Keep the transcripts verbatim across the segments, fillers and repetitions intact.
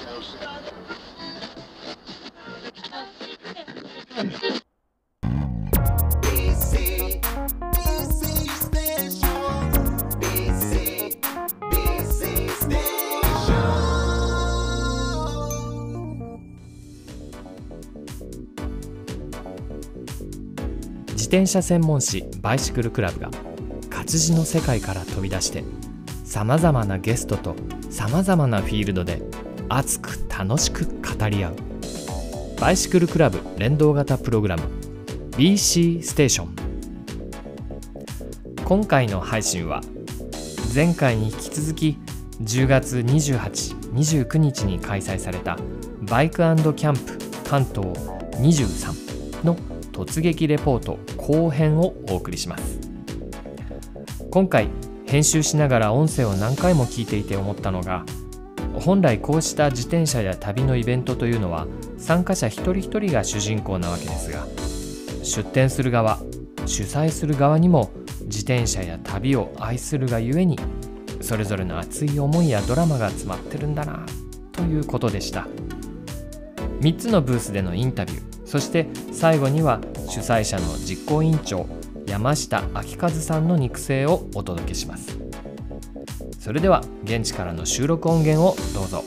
自転車専門誌バイシクルクラブが活字の世界から飛び出してさまざまなゲストとさまざまなフィールドで熱く楽しく語り合うバイシクルクラブ連動型プログラム ビーシー ステーション。今回の配信は前回に引き続きじゅうがつにじゅうはち、にじゅうくにちに開催されたバイク&キャンプ関東にじゅうさんの突撃レポート後編をお送りします。今回編集しながら音声を何回も聞いていて思ったのが、本来こうした自転車や旅のイベントというのは参加者一人一人が主人公なわけですが、出展する側、主催する側にも自転車や旅を愛するがゆえにそれぞれの熱い思いやドラマが詰まってるんだなということでした。みっつのブースでのインタビュー、そして最後には主催者の実行委員長山下昭和さんの肉声をお届けします。それでは現地からの収録音源をどうぞ。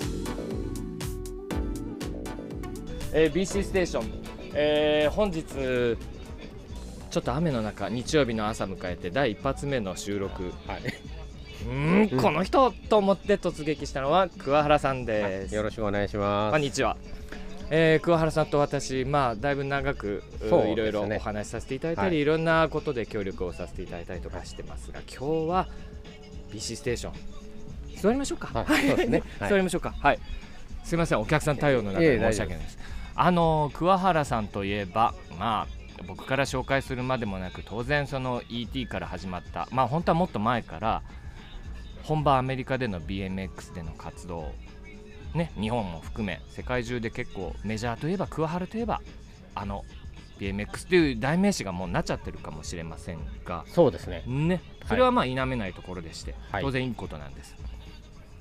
えー、ビーシー ステーション、えー、本日ちょっと雨の中日曜日の朝迎えてだいいっ発目の収録、はい、うーんこの人と思って突撃したのは桑原さんです。 よろしくお願いします。 こんにちは。えー、桑原さんと私、まあ、だいぶ長く、ね、いろいろお話しさせていただいたり、はい、いろんなことで協力をさせていただいたりとかしてますが、今日は ビーシー ステーション座りましょうか。はい、そうですね、座りましょうか。はい、すいません、お客さん対応の中で申し訳ないです。あの桑原さんといえば、まあ、僕から紹介するまでもなく、当然その イーティー から始まった、まあ、本当はもっと前から本場アメリカでの ビーエムエックス での活動ね、日本も含め世界中で結構メジャーといえば桑原といえばあの ビーエムエックス という代名詞がもうなっちゃってるかもしれませんが、 そうですね、 ね、それはまあ否めないところでして、はい、当然いいことなんです、はい、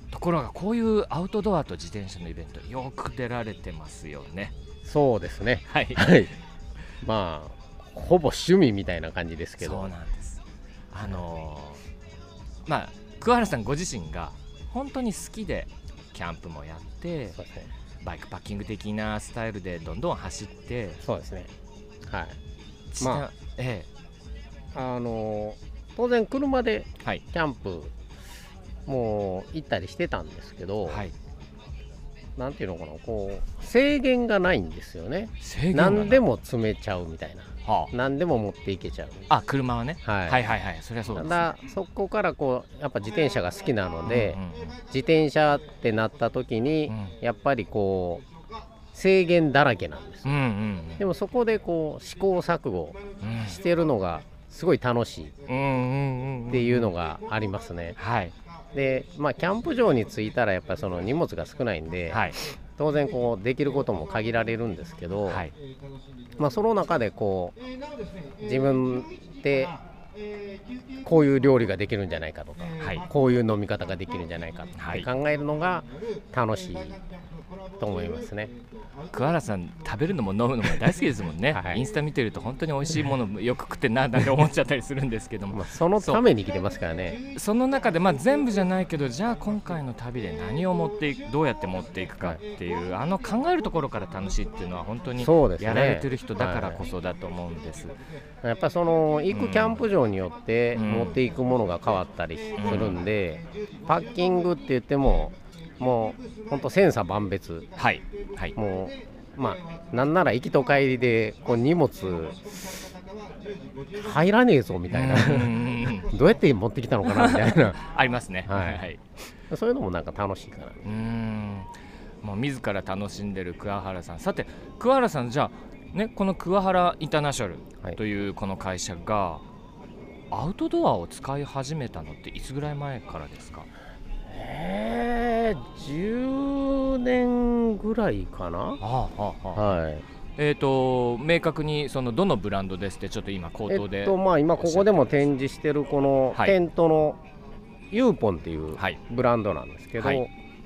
ところがこういうアウトドアと自転車のイベントよく出られてますよね。 そうですね、 はい、 はい、まあほぼ趣味みたいな感じですけど。 そうなんです。あのー、まあ桑原さんご自身が本当に好きでキャンプもやって、そうですね、バイクパッキング的なスタイルでどんどん走って、 そうですね、はい、 まあ、ええ、 あの当然車でキャンプも行ったりしてたんですけど、はい、なんていうのかな、こう制限がないんですよね。何でも詰めちゃうみたいな、はあ、何でも持っていけちゃう。あ、 車はね、はい、はいはいはい、それはそうです、ね、 ただそこからこうやっぱ自転車が好きなので、うんうんうん、自転車ってなった時に、うん、やっぱりこう制限だらけなんです、うんうんうん、でもそこでこう試行錯誤してるのがすごい楽しいっていうのがありますね、はい。で、まあ、キャンプ場に着いたらやっぱりその荷物が少ないんで、はい、当然こうできることも限られるんですけど、はい、まあ、その中でこう自分でこういう料理ができるんじゃないかとか、はい、こういう飲み方ができるんじゃないかって考えるのが楽しいと思いますね。 桑原さん食べるのも飲むのも大好きですもんね、はい、インスタ見てると本当に美味しいものよく食ってななんて思っちゃったりするんですけども、 まあそのために来てますからね。 そ, その中で、まあ、全部じゃないけど、じゃあ今回の旅で何を持っていく、どうやって持っていくかっていう、はい、あの考えるところから楽しいっていうのは本当にやられてる人だからこそだと思うんです、はい、 やっぱその行くキャンプ場によって持っていくものが変わったりするんで、うん、パッキングって言ってももう本当千差万別、はいはい、もうまあなんなら行きと帰りでこう荷物入らねえぞみたいなどうやって持ってきたのかなみたいなありますね、はいはい、 そういうのもなんか楽しいかな。うーん、もう自ら楽しんでる桑原さん。さて桑原さん、じゃあ、ね、この桑原インターナショナルというこの会社がアウトドアを使い始めたのっていつぐらい前からですか？ えー、じゅうねんぐらいかな。はあはあはあ、はい。 えーと明確にそのどのブランドですってちょっと今口頭で、 えっとまあ、今ここでも展示してるこのテントのユーポンっていうブランドなんですけど、はいはい、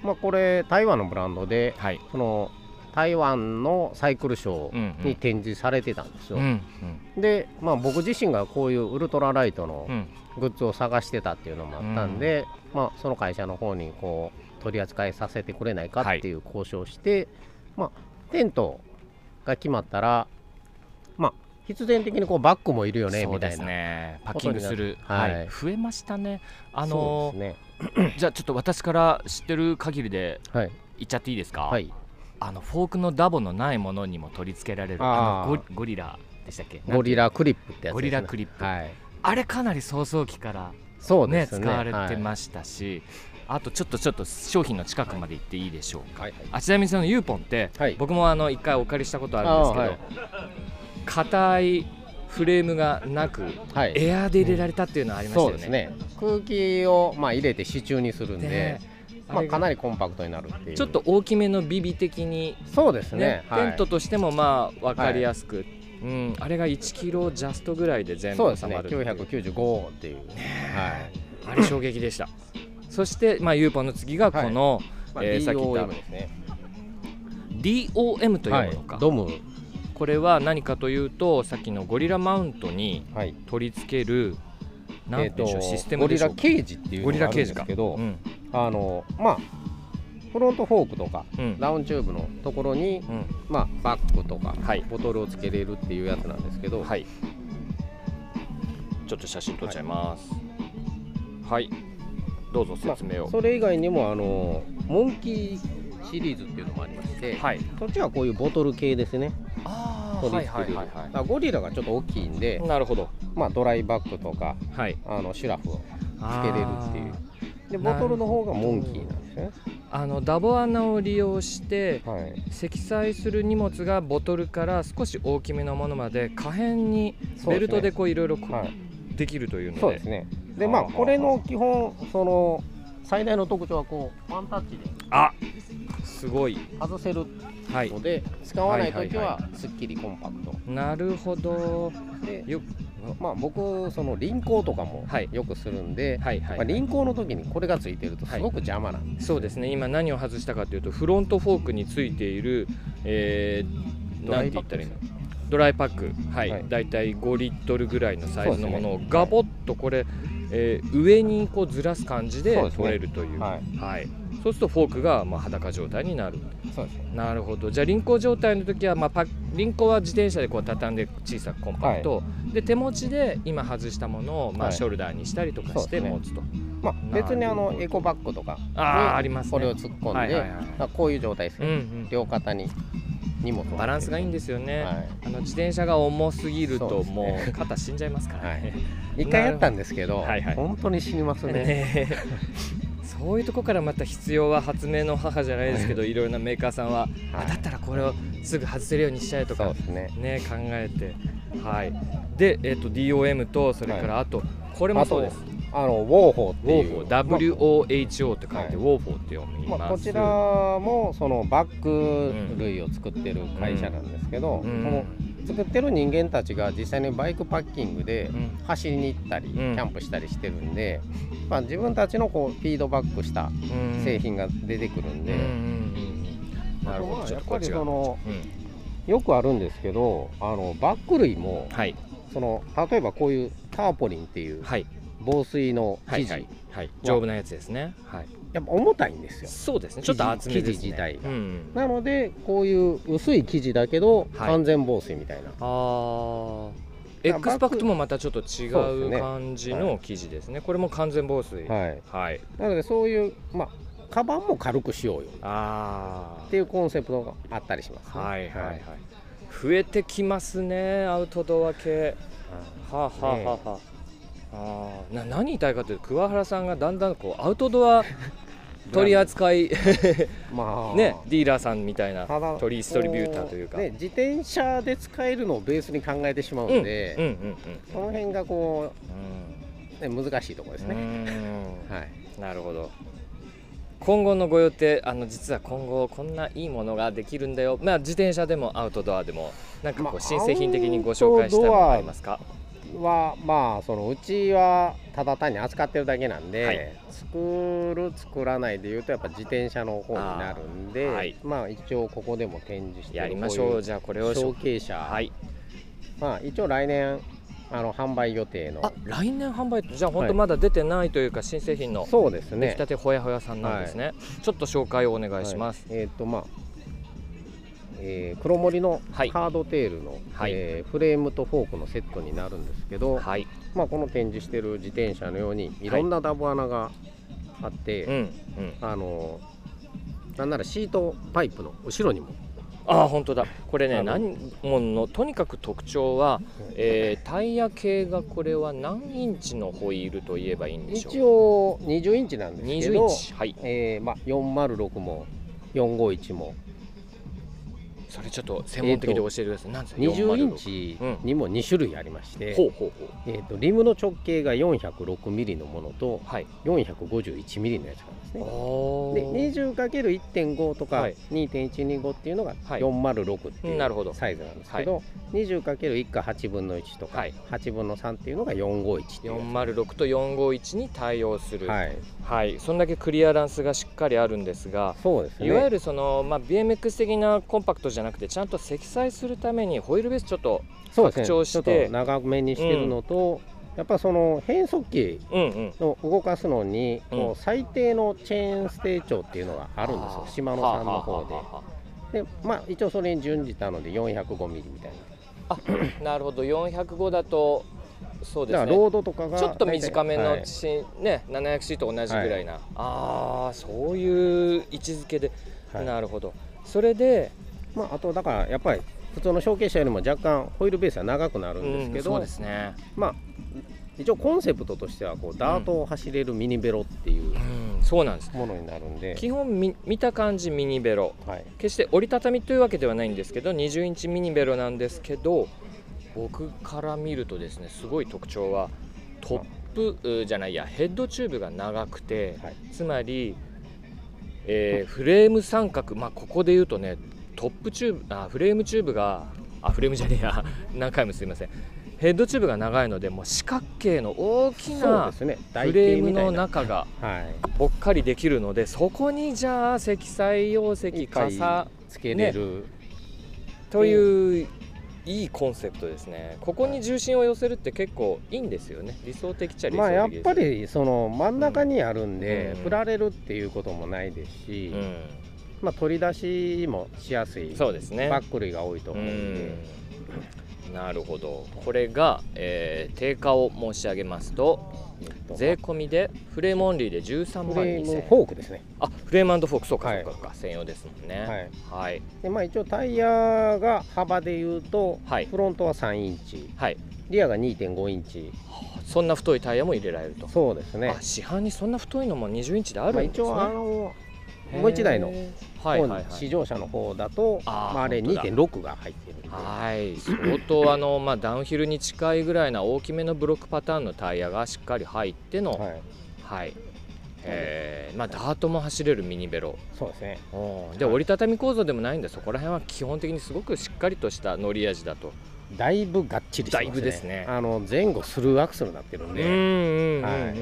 まあ、これ台湾のブランドで、 はい、 その台湾のサイクルショーに展示されてたんですよ。うんうん、で、まあ、僕自身がこういうウルトラライトのグッズを探してたっていうのもあったんで、うん、まあ、その会社の方にこう取り扱いさせてくれないかっていう交渉をして、はい、まあ、テントが決まったら、まあ、必然的にこうバッグもいるよねみたいな。そうですね、 パッキングする、はい、増えましたね。あのーね、 じゃあちょっと私から知ってる限りで言っちゃっていいですか。はい、あのフォークのダボのないものにも取り付けられるあの ゴ, ゴリラでしたっけ。 ゴリラクリップってやつですね。 ゴリラクリップ、はい、あれかなり早々期から、ね、 そうですね、 使われてましたし、はい、あとちょっとちょっと商品の近くまで行っていいでしょうか。はいはい、あちなみにそのユーポンって、はい、僕もあの一回お借りしたことあるんですけど、硬、はい、いフレームがなく、はい、エアーで入れられたっていうのはありましたよね。 そうですね、空気をまあ入れて支柱にするんで、まあ、かなりコンパクトになるっていう。 ちょっと大きめのビビ的に、 そうですね、 はい、テントとしてもまあ分かりやすく、はい、うん、あれがいちキロジャストぐらいで全部収まるっていう。 そうですね、きゅうひゃくきゅうじゅうごっていう、 はい、あれ衝撃でした。そして、まあ、ユーポンの次がこの、はい、えー、さっき言った ディーオーエム ですね。ディーオーエム というのか、はい、ドム。これは何かというと、さっきのゴリラマウントに取り付ける、はい、なんていうんでしょう、システムでしょう。 ゴリラケージっていうのがあるんですけど、うん、あのまあフロントフォークとか、うん、ダウンチューブのところに、うん、まあ、バッグとか、はい、ボトルをつけれるっていうやつなんですけど、はい、 ちょっと写真撮っちゃいます。はい、はい、どうぞ説明を。 まあ、それ以外にもあのモンキーシリーズっていうのもありまして、はい、そっちはこういうボトル系ですね。ああ、はいはいはいはい。ゴリラがちょっと大きいんで、 なるほど。 まあドライバッグとか、はい、あのシュラフをつけれるっていう。でボトルの方がモンキーなんですね。 あのダボ穴を利用して、はい、積載する荷物がボトルから少し大きめのものまで可変にベルトでこういろいろできるというので。 そうですね。でまあこれの基本その最大の特徴はこうワンタッチで、 あ、すごい外せるので、はい、使わないときはすっきりコンパクト。 なるほど。 でよまあ、僕その輪行とかもよくするんで、はいはいはい、まあ、輪行の時にこれがついてるとすごく邪魔なんです、ね、はい、そうですね。 今何を外したかというと、フロントフォークについている、えー、なんて言ったらいいの、ドライパック、はい、はい、だいたいごリットルぐらいのサイズのものをガボッとこれ、えー、上にこうずらす感じで取れるという。はい、はい、そうするとフォークがまあ裸状態になる。そうですね。なるほど。じゃあ輪行状態の時は、まあ、パ輪行は自転車でこう畳んで小さくコンパクト、はい、で手持ちで今外したものをまあショルダーにしたりとかして持つと、はい、ね、 まあ、別にあのエコバッグとかにありますね、 これを突っ込んで、こういう状態ですね、うんうん、両肩に荷物をバランスがいいんですよね、はい、あの自転車が重すぎるともう肩死んじゃいますからね。 一回やったんですけど、はいはい、本当に死にますね。ねそういうところからまた必要は発明の母じゃないですけど、いろいろなメーカーさんは、はい、あだったらこれをすぐ外せるようにしちゃえとか、ねね、考えて、はい、で、えー、と ディーオーエム とそれからあと、はい、これもそうです。 あのウォーホーっていうダブリューオーエイチオー って書いて、はい、ウォーホーって読みます、 まあ、こちらもそのバッグ類を作ってる会社なんですけど、うんうん、この作ってる人間たちが実際にバイクパッキングで走りに行ったり、うん、キャンプしたりしてるんで、まあ、自分たちのこうフィードバックした製品が出てくるんで、なるほど。やっぱりその、うん、よくあるんですけど、あのバッグ類も、はい、その例えばこういうターポリンっていう、はい、防水の生地、はいはい、丈夫なやつですね、はい、 やっぱ重たいんですよ。 そうですね、ちょっと厚めですね、 生地自体が、うん、なのでこういう薄い生地だけど完全防水みたいな、はい、あ X パクトもまたちょっと違う感じの生地ですね、はい、これも完全防水、はいはい、 なのでそういうまあカバンも軽くしようよあっていうコンセプトがあったりします、ね、はいはいはい、はい、 増えてきますね、アウトドア系、はあ、はあはあはあ、あな何言いたいかというと、桑原さんがだんだんこうアウトドア取り扱いまあね、ディーラーさんみたいな取りストリビューターというか、 ね、自転車で使えるのをベースに考えてしまうんで、うんうんうんうん、その辺がこう、うん、ね、難しいところですね。 はい、なるほど。今後のご予定、あの実は今後こんないいものができるんだよ、まあ、自転車でもアウトドアでもなんかこう新製品的にご紹介したいものありますか？ はまあそのうちはただ単に扱ってるだけなんで、はい、作る作らないでいうとやっぱ自転車の方になるんで、はい、まあ一応ここでも展示してやりましょう。じゃあこれをショーケー車、はい、まあ一応来年あの販売予定の。 あ、来年販売。じゃあ本当まだ出てないというか、はい、新製品のそうですね、 出来たてほやほやさんなんですね、はい、ちょっと紹介をお願いします。 はい、えっ、ー、とまあえー、黒森のカードテールの、はい、えー、フレームとフォークのセットになるんですけど、はい、まあ、この展示している自転車のようにいろんなダブ穴があって、はい、うんうん、あのなんならシートパイプの後ろにも。 ああ本当だ。これね、何ものとにかく特徴は、えー、タイヤ系がこれは何インチのホイールといえばいいんでしょう。 一応にじゅうインチなんですけど、にじゅうインチ、 はい、 えーまあ、よんまるろくもよんごいちも。 それちょっと専門的で教えてください。 なんですか。にじゅうインチにもに種類ありまして、うん、ほうほうほう、えーと、リムの直径がよんひゃくろくミリのものと、はい、よんひゃくごじゅういちミリのやつなんですね。で にじゅうかけるいってんご とか にてんいちにご っていうのがよんまるろくっていうサイズなんですけど、はい、にじゅうかけるいち かはちぶんのいちとか、はい、はちぶんのさんっていうのがよんごいちっていう、 よんまるろくとよんごいちに対応する、はいはい、そんだけクリアランスがしっかりあるんですが、そうですね、いわゆるその、まあ、ビーエムエックス 的なコンパクトじゃなくてちゃんと積載するためにホイールベースちょっと拡張して、ね、 ちょっと長めにしてるのと、うん、やっぱその変速機の動かすのに、うんうん、こう最低のチェーンステー長っていうのがあるんですよ、シマノさんの方で。で、まあ、一応それに準じたのでよんひゃくごミリみたいな。 あ、なるほど。よんひゃくごだとそうですね、 だからロードとかがちょっと短めの、はい、ね、ななひゃくシーと同じぐらいな、はい、ああそういう位置づけで、はい、なるほど。それで、 まあ、あとだからやっぱり普通のショーケー車よりも若干ホイールベースは長くなるんですけど、 うん、そうですね、 まあ一応コンセプトとしてはこうダートを走れるミニベロっていうものになるんで、 基本見た感じミニベロ、はい、決して折りたたみというわけではないんですけどにじゅうインチミニベロなんですけど、僕から見るとですね、すごい特徴はトップじゃないやヘッドチューブが長くて、はい、つまり、えー、フレーム三角、まあ、ここで言うとねトップチューブあフレームチューブがあフレームじゃねえや何回もすいません、ヘッドチューブが長いのでもう四角形の大きなフレームの中がぼっかりできるので、そこにじゃあ積載容積傘つけれる、 ね、といういいコンセプトですね。ここに重心を寄せるって結構いいんですよね。理想的っちゃ理想的です、ね。 まあやっぱりその真ん中にあるんで、うん、振られるっていうこともないですし、うん、まあ取り出しもしやすい、そうですね、バック類が多いと思うんで、 うん、なるほど。これが、えー、定価を申し上げますと、税込みでフレームオンリーでじゅうさんまんにせんえん。 フォークですね。 あ、フレーム&フォーク、そうかそうかそうか、はい、専用ですもんね。 はい。はい、でまあ一応タイヤが幅でいうと、はい、フロントはさんインチ、はい、リアが にてんごインチ。 そんな太いタイヤも入れられると。 そうですね。 あ、市販にそんな太いのもにじゅうインチであるんですね。 まあ、一応あのもう一台の試乗車の方だと、あ、まあ、あれ にてんろく が入ってるんで、 はい、相当あの、まあ、ダウンヒルに近いぐらいな大きめのブロックパターンのタイヤがしっかり入っての、はいはい、えーまあ、ダートも走れるミニベロ。 そうですね。 で折りたたみ構造でもないんで、そこら辺は基本的にすごくしっかりとした乗り味だと。 だいぶがっちりしてますね。 だいぶですね。 あの前後スルーアクセルになってるんで、うんうんうんうん、はい、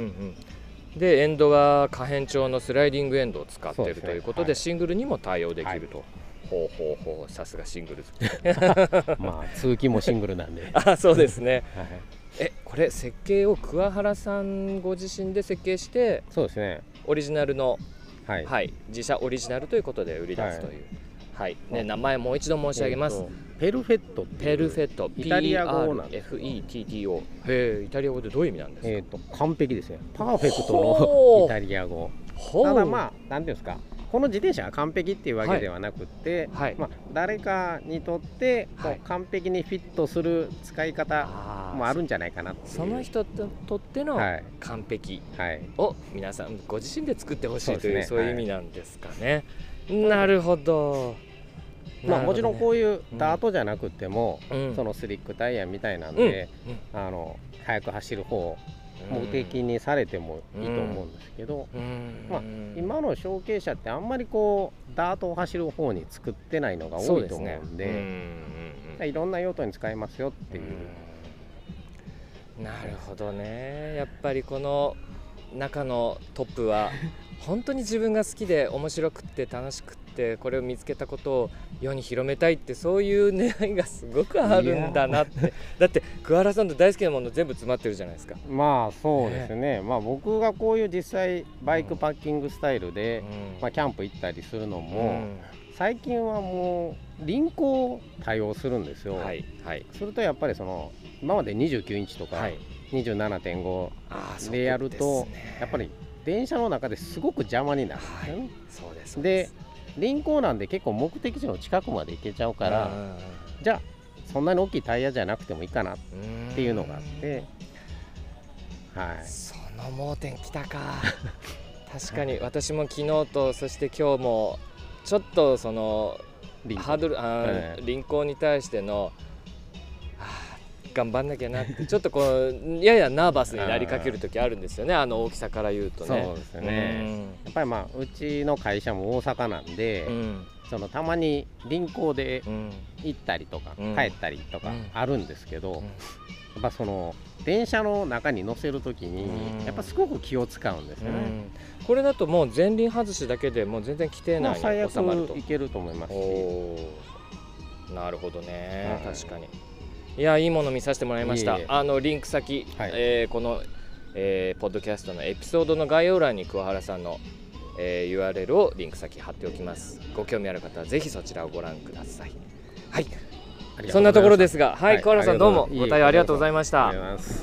でエンドは可変調のスライディングエンドを使っている、ね、ということで、はい、シングルにも対応できると、はい、ほうほうほう、さすがシングルまあ通勤もシングルなんであ、そうですね、はい、えこれ設計を桑原さんご自身で設計して、 そうですね、 オリジナルの、はいはい、自社オリジナルということで売り出すという、はいはいね、名前もう一度申し上げます。 ペルフェットペルフェット、 イタリア語なんです。エフイーティーティーオー。へえ、イタリア語でどういう意味なんですか？ えっと完璧ですね。パーフェクトのイタリア語。ただまあなんていうんですか、この自転車が完璧っていうわけではなくて、はい、まあ誰かにとってこう完璧にフィットする使い方もあるんじゃないかなっていう。 その人にとっての完璧を皆さんご自身で作ってほしいという、そういう意味なんですかね。なるほど。 まあ、もちろんこういうダートじゃなくても、うん、そのスリックタイヤみたいなんで、うん、あの速く走る方を目的にされてもいいと思うんですけど、うん、まあ、今のショーケー車ってあんまりこうダートを走る方に作ってないのが多いと思うんで、いろんな用途に使えますよっていう。 なるほどね。やっぱりこの中のトップは本当に自分が好きで面白くって楽しくってこれを見つけたことを世に広めたいって、そういう願いがすごくあるんだなって。だって桑原さんの大好きなもの全部詰まってるじゃないですか。 まあそうですね、まあ僕がこういう実際バイクパッキングスタイルで、うん、まあ、キャンプ行ったりするのも、うん、最近はもう輪行を多用するんですよ、はいはい、するとやっぱりその今までにじゅうきゅうインチとか、はい、にじゅうななてんご でやると、ね、やっぱり電車の中ですごく邪魔になるんですよね、はい、そうです。で輪行なんで結構目的地の近くまで行けちゃうから、じゃあそんなに大きいタイヤじゃなくてもいいかなっていうのがあって、はい、 その盲点きたか確かに私も昨日とそして今日もちょっとそのハードル、あ、輪行に対しての頑張んなきゃなってちょっとこうややナーバスになりかける時あるんですよね、あの大きさから言うとね。 そうですよね、うん、やっぱりまあうちの会社も大阪なんで、うん、そのたまに輪行で行ったりとか、うん、帰ったりとかあるんですけど、うん、やっぱその電車の中に乗せる時にやっぱすごく気を使うんですよね、 うん、これだともう前輪外しだけでもう全然規定内に収まると、 まあ、最悪いけると思いますし。 なるほどね、はい、確かに。いや、いいもの見させてもらいました。いえいえ、あのリンク先、はい、えー、この、えー、ポッドキャストのエピソードの概要欄に桑原さんの、えー、ユーアールエル をリンク先貼っておきます。ご興味ある方はぜひそちらをご覧ください。はい、そんなところですが、はい、桑原さんどうもご対応ありがとうございました。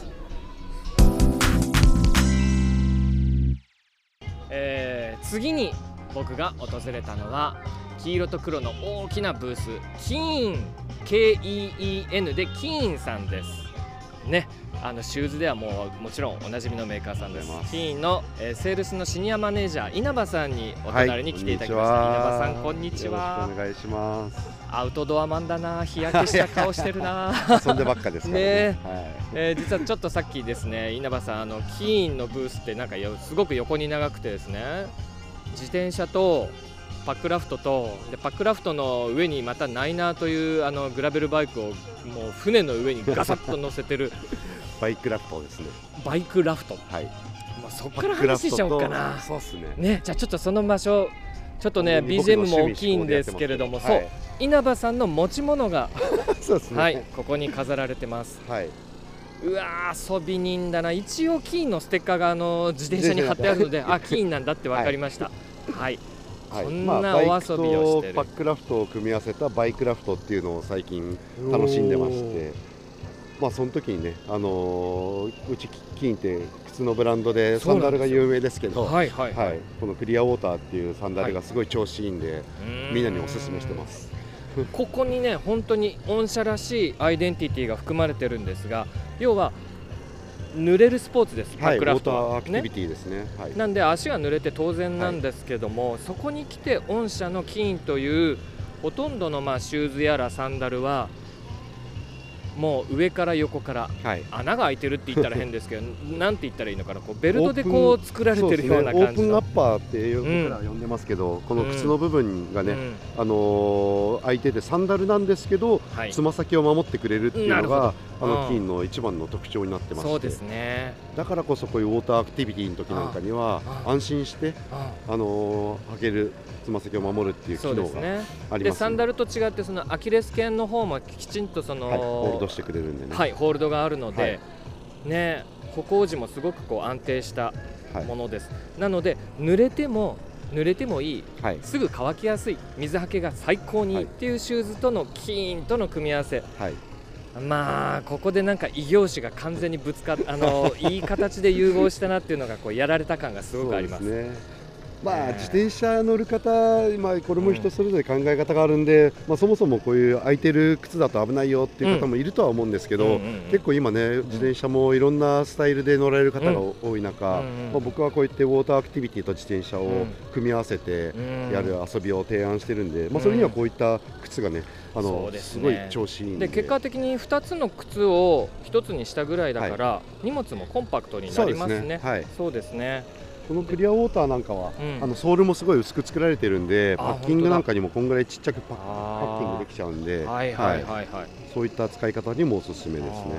えー、次に僕が訪れたのは黄色と黒の大きなブース、キーン ケーイーイーエヌ でキーンさんですね。あのシューズではもうもちろんおなじみのメーカーさんです。キーンの、えー、セールスのシニアマネージャー稲葉さんにお隣に来ていただきました、はい、稲葉さんこんにちは。 よろしくお願いします。 アウトドアマンだな、日焼けした顔してるな遊んでばっかですからね、ね、はい、 えー、実はちょっとさっきですね、稲葉さん、あのキーンのブースってなんかすごく横に長くてですね、自転車とパックラフトとでパックラフトの上にまたナイナーというあのグラベルバイクをもう船の上にガサッと乗せてるバイクラフトですね。 バイクラフト、はい、もうそこから話しちゃおうかな。 そうですね。 ね、じゃあちょっとその場所ちょっとね ビージーエム も大きいんですけれども、そう、はい、稲葉さんの持ち物がそうですね、はい、ここに飾られてます。はい、うわー遊び人だな。一応キーンのステッカーがあの自転車に貼ってあるのであ、キーンなんだって分かりました。はい、はい、こんなお遊びをしてる、まあ、バイクとパックラフトを組み合わせたバイクラフトっていうのを最近楽しんでまして、まあその時にね、あのー、うちキーンって靴のブランドでサンダルが有名ですけど、はいはいはいはい、このクリアウォーターっていうサンダルがすごい調子いいんで、はい、みんなにおすすめしてます。 ここにね本当に御社らしいアイデンティティが含まれてるんですが、要は濡れるスポーツです、パックラフトは、 はい、ウォーターアクティビティですね、はい、 なんで足が濡れて当然なんですけども、はい、そこに来て御社のキーンというほとんどのまあシューズやらサンダルはもう上から横から穴が開いてるって言ったら変ですけどなんて言ったらいいのかな、こうベルトでこう作られてるような感じの、 オープンアッパーって僕ら呼んでますけど、うん、この靴の部分がね、うん、あのー、開いててサンダルなんですけどつま、はい、先を守ってくれるっていうのがあのキーンの一番の特徴になってまして、 そうですね、だからこそこういうウォーターアクティビティの時なんかには安心してあのー、履けるつま先を守るっていう機能がありますね。 でサンダルと違ってそのアキレス腱の方もきちんとその、はい、 ホールドしてくれるんでね、 はい、ホールドがあるので、はい、ね、歩行時もすごくこう安定したものです、はい、なので濡れても濡れてもいい、はい、すぐ乾きやすい、水はけが最高にいいっていうシューズとのキーンとの組み合わせ、はい、まあここでなんか異業種が完全にぶつかっあのいい形で融合したなっていうのがこうやられた感がすごくあります。 そうですね。まあ、自転車乗る方、まあ、これも人それぞれ考え方があるんで、うん、まあ、そもそもこういう空いてる靴だと危ないよっていう方もいるとは思うんですけど、うんうんうんうん、結構今ね自転車もいろんなスタイルで乗られる方が多い中、うんうんうん、まあ、僕はこういってウォーターアクティビティと自転車を組み合わせてやる遊びを提案してるんで、まあ、それにはこういった靴がね、あのす、ね、すごい調子いいんで、 で結果的にふたつの靴をひとつにしたぐらいだから、はい、荷物もコンパクトになりますね。そうですね。 このクリアウォーターなんかは、うん、あのソールもすごい薄く作られてるんで、パッキングなんかにもこんぐらいちっちゃくパッ、パッキングできちゃうんで、そういった使い方にもおすすめですね。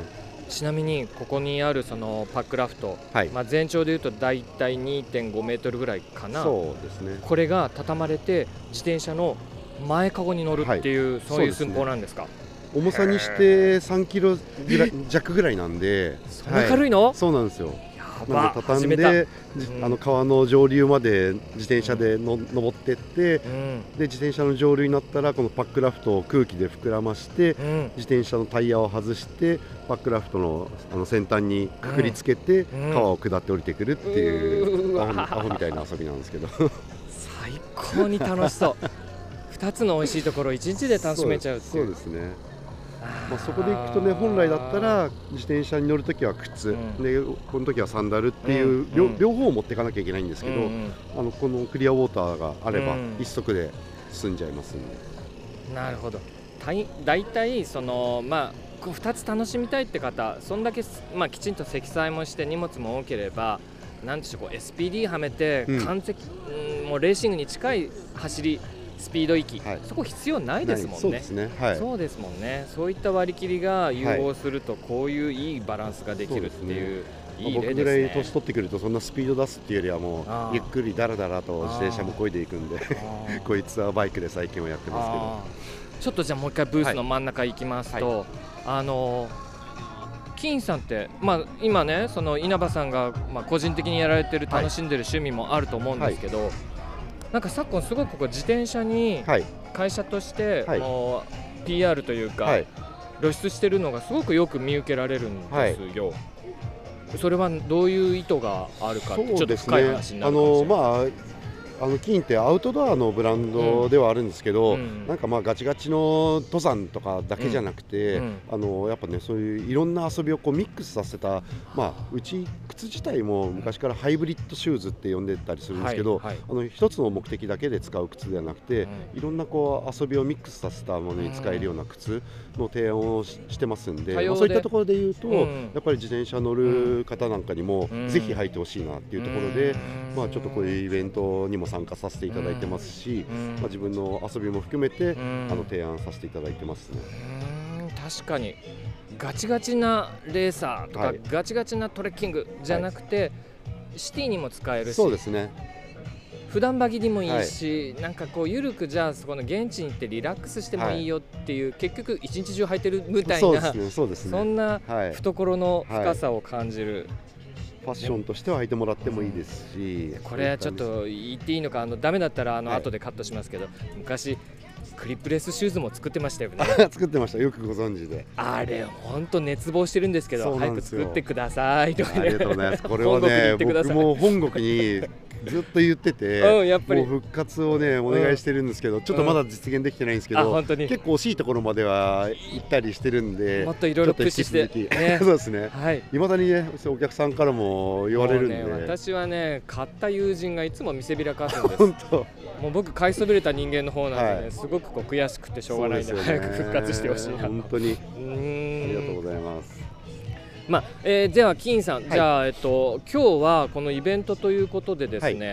ちなみにここにあるそのパックラフト、 はい、 まあ、全長でいうとだいたい にてんごメートルぐらいかな。 そうですね。 これが畳まれて自転車の前かごに乗るっていう、はい、そういう寸法なんですか。 重さにしてさんキロぐらい弱ぐらいなんで、 そんな軽いの？ はい、そうなんですよ。なんで畳んで、 うん、 あの川の上流まで自転車での、うん、登ってって、うん、で自転車の上流になったらこのパックラフトを空気で膨らまして、うん、自転車のタイヤを外してパックラフトの、あの先端にくくりつけて、うん、川を下って降りてくるっていう、うん、アホ、アホみたいな遊びなんですけど最高に楽しそうふたつの美味しいところをいちにちで楽しめちゃうっていう。 そうですね。まあ、そこで行くとね、本来だったら自転車に乗るときは靴、うん、でこの時はサンダルっていう、うん、両, 両方を持っていかなきゃいけないんですけど、うん、あのこのクリアウォーターがあれば一足で済んじゃいますんで、 うん、なるほど。だいたいその、まあ、ふたつ楽しみたいって方、そんだけ、まあ、きちんと積載もして荷物も多ければ、なんでしょう、こう エスピーディー はめて完璧、うん、もうレーシングに近い走りスピード域、はい、そこ必要ないですもんね。 そうですね、はい、 そうですもんね。そういった割り切りが融合するとこういういいバランスができるっていう、はい、いい例ですね。 僕ぐらい年取ってくるとそんなスピード出すっていうよりはもうゆっくりだらだらと自転車も漕いでいくんでこいつはバイクで最近はやってますけど。 ちょっとじゃあもう一回ブースの真ん中行きますと、はいはい、あの金さんって、まあ、今ねその稲葉さんが、まあ、個人的にやられてる楽しんでる趣味もあると思うんですけど、はい、なんか昨今すごくここ自転車に会社としてもう ピーアール というか露出してるのがすごくよく見受けられるんですよ。それはどういう意図があるかってちょっと深い話になるかもしれない。 あのまああの金ってアウトドアのブランドではあるんですけど、うん、なんかまあガチガチの登山とかだけじゃなくて、うん、あのやっぱねそういういろんな遊びをこうミックスさせた、まあ、うち靴自体も昔からハイブリッドシューズって呼んでたりするんですけど、はいはい、あの一つの目的だけで使う靴ではなくて、うん、いろんなこう遊びをミックスさせたものに使えるような靴の提案を し, してますんで、まあ、そういったところで言うと、うん、やっぱり自転車乗る方なんかにもぜひ履いてほしいなっていうところで、うん、まあ、ちょっとこういうイベントにも参加させていただいてますし、まあ、自分の遊びも含めてあの提案させていただいてますね。 うん、確かにガチガチなレーサーとか、はい、ガチガチなトレッキングじゃなくて、はい、シティにも使えるし、 そうですね、 普段履きにもいいし、はい、なんかこう緩くじゃあそこの現地に行ってリラックスしてもいいよっていう、はい、結局一日中履いてるみたいな、そうですね、そうですね、そんな懐の深さを感じる、はいはい、 ファッションとしては履いてもらってもいいですし、 うん、これはちょっと言っていいのか、あのダメだったらあの後でカットしますけど、はい、昔クリップレスシューズも作ってましたよね作ってました、よくご存知で。 あれ本当熱望してるんですけど、早く作ってくださいとか、ね、 ありがとうございます。これはね僕も本国にずっと言ってて、うん、やっぱりもう復活をねお願いしてるんですけど、うん、ちょっとまだ実現できてないんですけど、うん、結構惜しいところまでは行ったりしてるんで、 もっといろいろプッシュして、 ね、そうですね、はい、未だにねお客さんからも言われるんで、 もうね、私はね買った友人がいつも見せびらかすんです。 本当もう僕買いそびれた人間の方なんでね、はい、すごくこう悔しくてしょうがないんで、ね、早く復活してほしいな。 本当にうんありがとうございます。 まあえー、では金さん、はい、じゃあ、えっと、今日はこのイベントということでですね、はい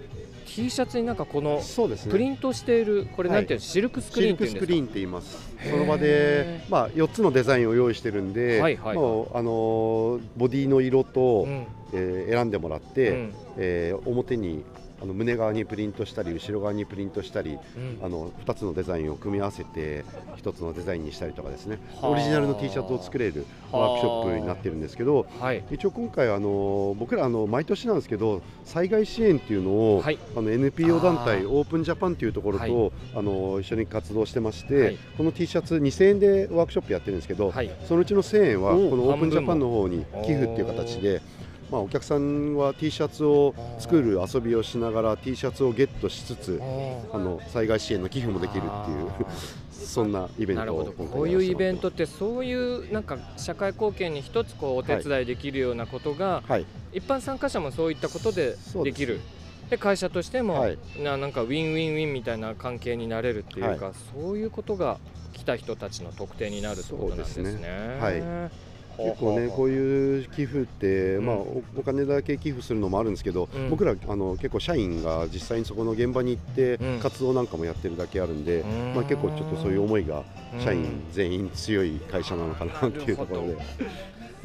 、T シャツになんかこのプリントしている、ね、これなんていうの、はい、シルクスクリーンっていうんですか。 シルクスクリーンって言います。その場で、まあ、よっつのデザインを用意してるんで、はいはい、もうあのボディの色と、うん、えー、選んでもらって、うん、えー、表にあの胸側にプリントしたり後ろ側にプリントしたり、うん、あのふたつのデザインを組み合わせてひとつのデザインにしたりとかですね、オリジナルの T シャツを作れるワークショップになってるんですけど、はい、一応今回あの僕らあの毎年なんですけど災害支援っていうのを、はい、あの エヌピーオー 団体オープンジャパンというところと、はい、あの一緒に活動してまして、はい、この T シャツにせんえんでワークショップやってるんですけど、はい、そのうちのせんえんはこのオープンジャパンの方に寄付っていう形で、まあ、お客さんは T シャツを作る遊びをしながら T シャツをゲットしつつあの災害支援の寄付もできるっていうそんなイベントを今回こういうイベントってそういうなんか社会貢献に一つこうお手伝いできるようなことが、はい、一般参加者もそういったことでできる。で会社としても、はい、な, なんかウィンウィンウィンみたいな関係になれるっていうか、はい、そういうことが来た人たちの特典になるってことなんですね。そうですね、はい、 結構ねこういう寄付って、うん、まあ、お, お金だけ寄付するのもあるんですけど、うん、僕らあの結構社員が実際にそこの現場に行って活動なんかもやってるだけあるんで、うん、まあ、結構ちょっとそういう思いが社員全員強い会社なのかなっていうところで、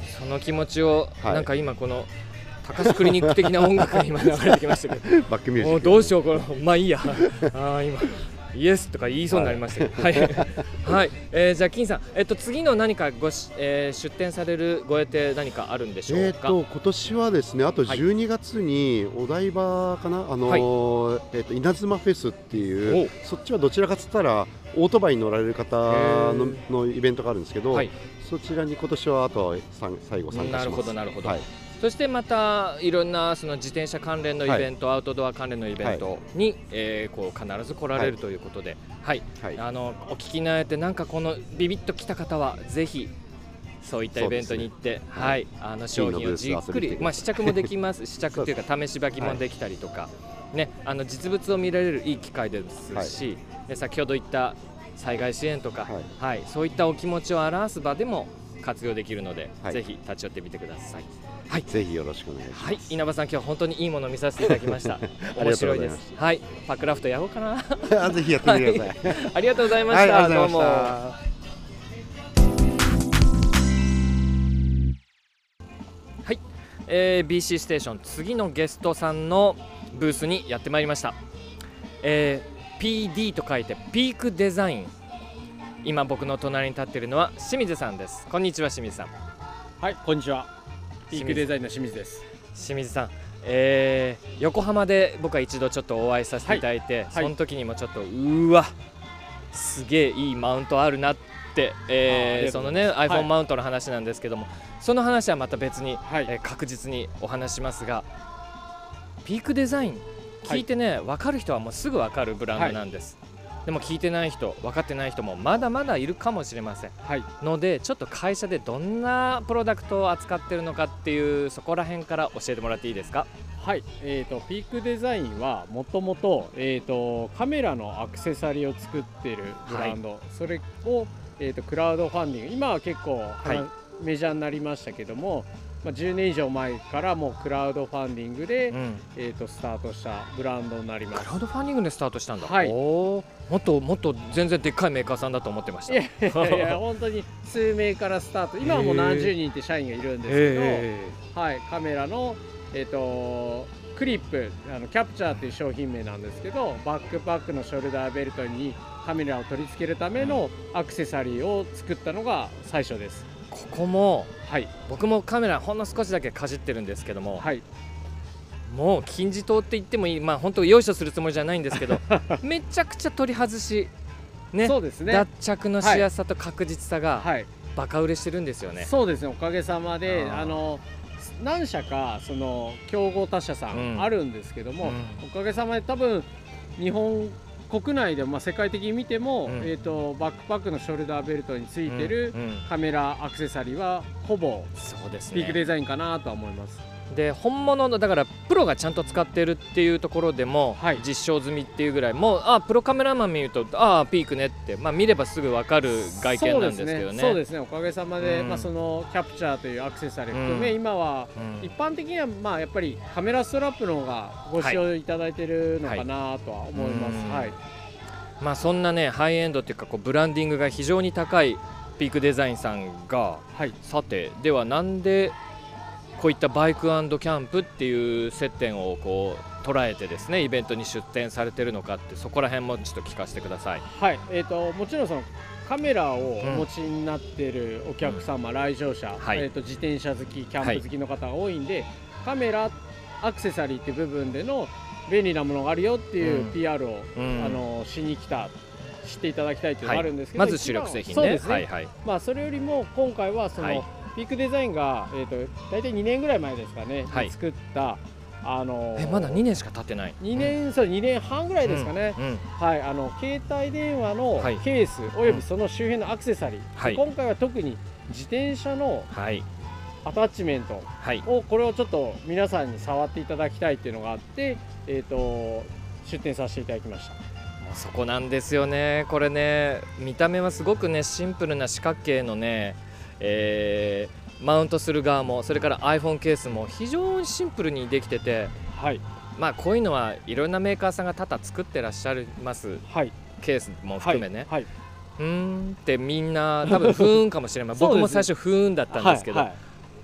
その気持ちを、 はい、 なんか今この高須クリニック的な音楽が今流れてきましたけどバックミュージック、 もうどうしようこのまあいいやあ今イエスとか言いそうになりましたけど、はい、はいはい、えー、じゃあ金さん、えっと、次の何かごし、えー、出展されるご予定何かあるんでしょうか。 えーと今年はですね、あとじゅうにがつにお台場かな、あのーはい、えーと稲妻フェスっていう、そっちはどちらかといったらオートバイに乗られる方 の, のイベントがあるんですけど、はい、そちらに今年はあとは最後参加します。 なるほどなるほど、 はい、そしてまたいろんなその自転車関連のイベント、はい、アウトドア関連のイベントに、はい、えー、こう必ず来られるということで、はいはい、あのお聞きになられてなんかこのビビッと来た方はぜひそういったイベントに行って、ね、はい、あの商品をじっくり、まあ、試着もできます試着というか試し履きもできたりとか、はい、ね、あの実物を見られるいい機会ですし、はい、先ほど言った災害支援とか、はいはい、そういったお気持ちを表す場でも活用できるので、はい、ぜひ立ち寄ってみてください。はい、 ぜひよろしくお願いします。 はい、稲葉さん、今日は本当にいいものを見させていただきました。面白いです。はい、パックラフトやろうかな。 ぜひやってみてください。はい、 ありがとうございました。はい、どうも。はい、えー、ビーシー ステーション次のゲストさんのブースにやってまいりました。えー、ピーディー と書いてピークデザイン。今僕の隣に立っているのは清水さんです。こんにちは、清水さん。 はい、こんにちは。ピークデザインの清水です。 清水さん、えー、横浜で僕は一度ちょっとお会いさせていただいて、はい、その時にもちょっとうわすげえいいマウントあるなって、えー、そのね iPhone、はい、マウントの話なんですけども、その話はまた別に、はい、えー、確実にお話しますが、ピークデザイン聞いてね、はい、分かる人はもうすぐ分かるブランドなんです。はい、でも聞いてない人、分かってない人もまだまだいるかもしれません、はい、のでちょっと会社でどんなプロダクトを扱ってるのかっていう、そこら辺から教えてもらっていいですか。 はい、えーと、ピークデザインはもともとカメラのアクセサリーを作っているブランド、はい、それを、えーと、クラウドファンディング、今は結構、はい、メジャーになりましたけども、まあ、じゅうねん以上前からもうクラウドファンディングで、うん、えーとスタートしたブランドになります。 クラウドファンディングでスタートしたんだ。 はい、 おもっともっと全然でっかいメーカーさんだと思ってました。 いやいやいや本当に数名からスタート。今はもう何十人って社員がいるんですけど、えー、はい、カメラの、えーとクリップ、あのキャプチャーという商品名なんですけど、バックパックのショルダーベルトにカメラを取り付けるためのアクセサリーを作ったのが最初です。 ここも、はい、僕もカメラほんの少しだけかじってるんですけども、はい、もう金字塔って言ってもいい、まあ本当用意するつもりじゃないんですけどめちゃくちゃ取り外し、ね、そうですね、脱着のしやすさと確実さが、はい、バカ売れしてるんですよね。 そうですね、おかげさまであの何社かその競合他社さんあるんですけども、うんうん、おかげさまで多分日本国内でも、まあ、世界的に見ても、うん、えーとバックパックのショルダーベルトについてるカメラアクセサリーはほぼピークデザインかなとは思います。 で本物のだからプロがちゃんと使ってるっていうところでも、はい、実証済みっていうぐらい、もうあプロカメラマン見るとああピークねって、まあ、見ればすぐ分かる外見なんですけどね。 そうですね、おかげさまで、うん、まあ、そのキャプチャーというアクセサリー含め、うん、今は一般的にはまあやっぱりカメラストラップの方がご使用いただいてるのかなとは思います。はい、はい、 まあ、そんなねハイエンドっていうかこうブランディングが非常に高いピークデザインさんが、はい、さてではなんでこういったバイク&キャンプっていう接点をこう捉えてですねイベントに出展されてるのかって、そこら辺もちょっと聞かせてください。 はい、えーと、もちろんそのカメラをお持ちになっているお客様、うん、来場者、はい、えーと自転車好きキャンプ好きの方が多いんで、はい、カメラアクセサリーっていう部分での便利なものがあるよっていう ピーアール を、うん、あのしに来た知っていただきたいというのがあるんですけど、 はい、まず主力製品ね。そうですね、はいはい、 まあ、それよりも今回はその、はい、ピークデザインが、えーと、大体にねんぐらい前ですかね、はい、作った、あのー、 えまだにねんしか経ってない。 にねん、うん、そうにねんはんぐらいですかね、うんうん、はい、あの携帯電話のケース、はい、およびその周辺のアクセサリー、はい、今回は特に自転車のアタッチメントを、はい、これをちょっと皆さんに触っていただきたいっていうのがあって、えーと、出展させていただきました。 そこなんですよね。これね、見た目はすごくねシンプルな四角形のね、えー、マウントする側もそれから iPhone ケースも非常にシンプルにできてて、はい、まあこういうのはいろんなメーカーさんが多々作ってらっしゃいます、はい、ケースも含めね、はいはい、うーんってみんな多分不運かもしれない僕も最初不運だったんですけど、はいはい、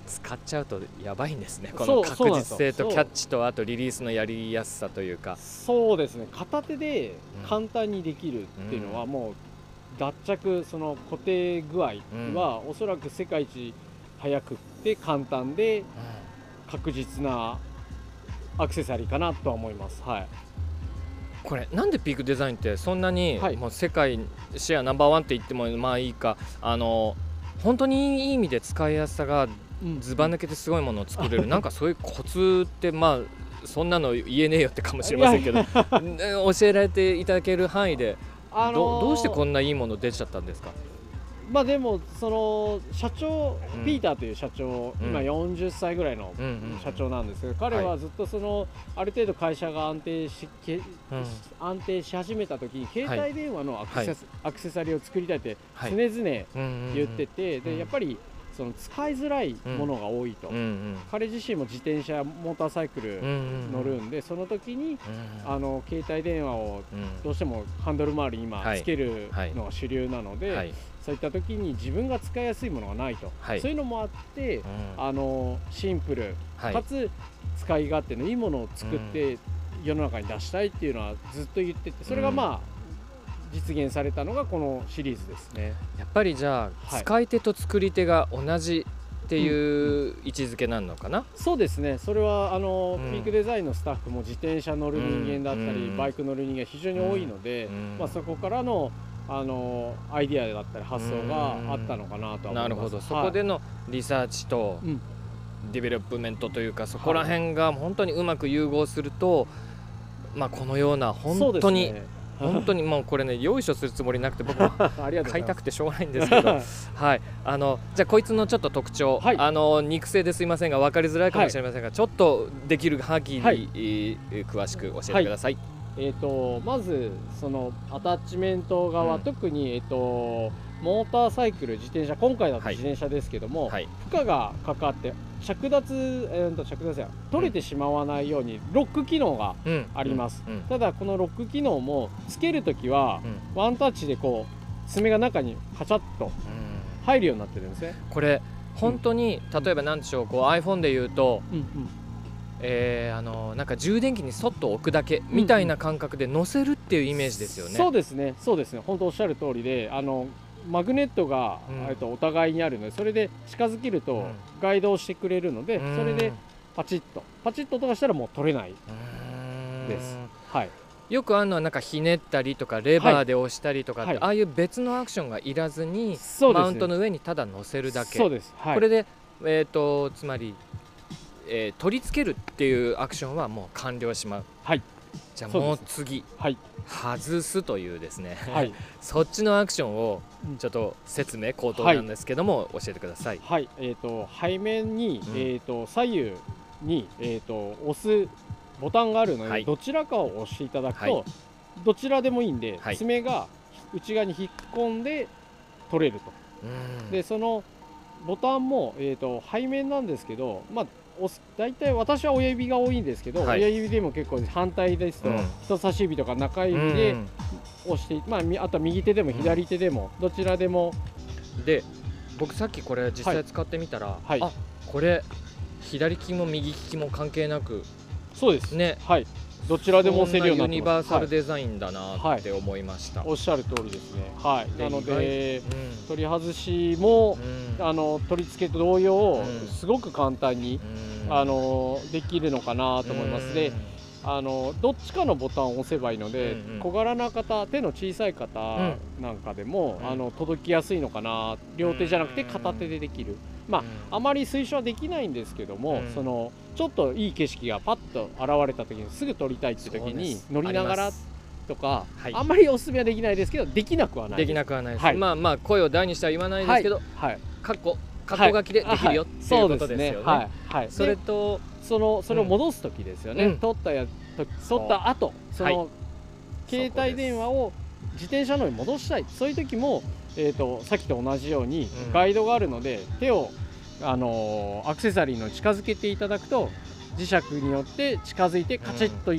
使っちゃうとやばいんですね、この確実性とキャッチとあとリリースのやりやすさというか。 そうですね、片手で簡単にできるっていうのは、もう脱着その固定具合はおそらく世界一速くて簡単で確実なアクセサリーかなとは思います。はい、 これなんでピークデザインってそんなにはいもう世界シェアナンバーワンって言ってもまあいいか、あの本当にいい意味で使いやすさがずば抜けてすごいものを作れる、なんかそういうコツってまあそんなの言えねえよってかもしれませんけど教えられていただける範囲で、 あのーどどうしてこんないいもの出ちゃったんですか？ まあでもその社長、 うんピーターという社長、 うん今よんじゅっさいぐらいのうんうん社長なんですけど、彼はずっとそのある程度会社が安定し、けうん安定し始めた時に携帯電話のアクセス、アクセサリーを作りたいってはい常々 言言ってて、でやっぱりその使いづらいものが多いと、 うんうん彼自身も自転車モーターサイクルうんうん乗るんで、その時にうんあの携帯電話をうんどうしてもハンドル周りに今はいつけるはいのが主流なので、 はいそういった時に自分が使いやすいものがないと、 はいそういうのもあって、 うんあのシンプル、 はいかつ使い勝手のいいものを作って世の中に出したいっていうのはずっと言ってて、それがまあ実現されたのがこのシリーズですね。 やっぱりじゃあ、 はい使い手と作り手が同じっていう位置づけなのかな、 そうですね、それはあの、 うんピークデザインのスタッフも自転車乗る人間だったり、 うんバイク乗る人間非常に多いので、 うんまあ、そこからのあのアイディアだったり発想があったのかなとは思います。 なるほど、 はいそこでのリサーチとうんディベロップメントというか、そこら辺が本当にうまく融合すると、まあ、このような本当に、 そうですね本当にもうこれねよいしょするつもりなくて僕もありがとうございます。 買いたくてしょうがないんですけどはいあのじゃあこいつのちょっと特徴、 はいあの肉声ですいませんが分かりづらいかもしれませんが、ちょっとできる範囲に、 はいえー詳しく教えてください。 えー、とまずそのアタッチメント側、 うん特に、えー、とモーターサイクル自転車、今回だとはい自転車ですけども、 はい負荷がかかって着脱、えー、と着脱や取れてしまわないようにロック機能がうんあります、 うんうんただこのロック機能もつけるときはうんワンタッチでこう爪が中にカチャッとうん入るようになってるんですね。 これ本当に、例えばなんでしょう、こう iPhone で言うと、 うんうんえーあのなんか充電器にそっと置くだけみたいな感覚で乗せるっていうイメージですよね。 そうですね、そうですね、本当おっしゃる通りで、あのマグネットが、 うんえっとお互いにあるので、それで近づけるとうんガイドをしてくれるので、 うんそれでパチッと、パチッととかしたらもう取れない。 うーんですはい、 よくあるのはなんかひねったりとかレバーで押したりとかって、 はいああいう別のアクションがいらずに、 そうですねマウントの上にただ乗せるだけ。 そうです、はい、 これで、えー、とつまり、えー取り付けるっていうアクションはもう完了しまう。 はい、 じゃあそうですもう次はい、 外すというですね、 はい、 そっちのアクションをうんちょっと説明口頭なんですけども、教えてください。 はい、えっ、と背面に、 うんえっ、と左右にえっ、と押すボタンがあるので、 はいどちらかを押していただくと、 はいどちらでもいいんで、 はい爪が内側に引っ込んで取れると。 うんでそのボタンも、えー、と背面なんですけど、まあ、押す大体私は親指が多いんですけど、 はい親指でも結構反対ですと、 うん人差し指とか中指うでん押して、まあ、みあとは右手でも左手でも、どちらでも、 で僕さっきこれ実際使ってみたら、 はいあこれ左利きも右利きも関係なくそうです、 ね、 はい、どちらでも押せるようになってユニバーます。はいサルデザインだなって思いました。 おっしゃる通りですね。はい、 でなの意外でうん取り外しも、 うんあの取り付けと同様、 うんすごく簡単に、 うんあのできるのかなと思います。であのどっちかのボタンを押せばいいので、 うんうん小柄な方、手の小さい方なんかでも、 うんあの届きやすいのかな、両手じゃなくて片手でできる、まあ、 うんあまり推奨はできないんですけども、 うんそのちょっといい景色がパッと現れた時にすぐ撮りたいって時にそうです乗りながらありますとか、 はいあんまりおすすめはできないですけど、できなくはないできなくはないです、 はいまあまあ声を大にしては言わないですけど、 はい、はいかっこかっこ書きでできるよっていうことですよね。 はいはい、 それでとそのそれを戻す時ですよね、 うん取ったやと取った後その、 はい携帯電話を自転車の方に戻したい、そういう時も、えー、とさっきと同じようにうんガイドがあるので、手を、あのーアクセサリーの近づけていただくと磁石によって近づいてカチッという、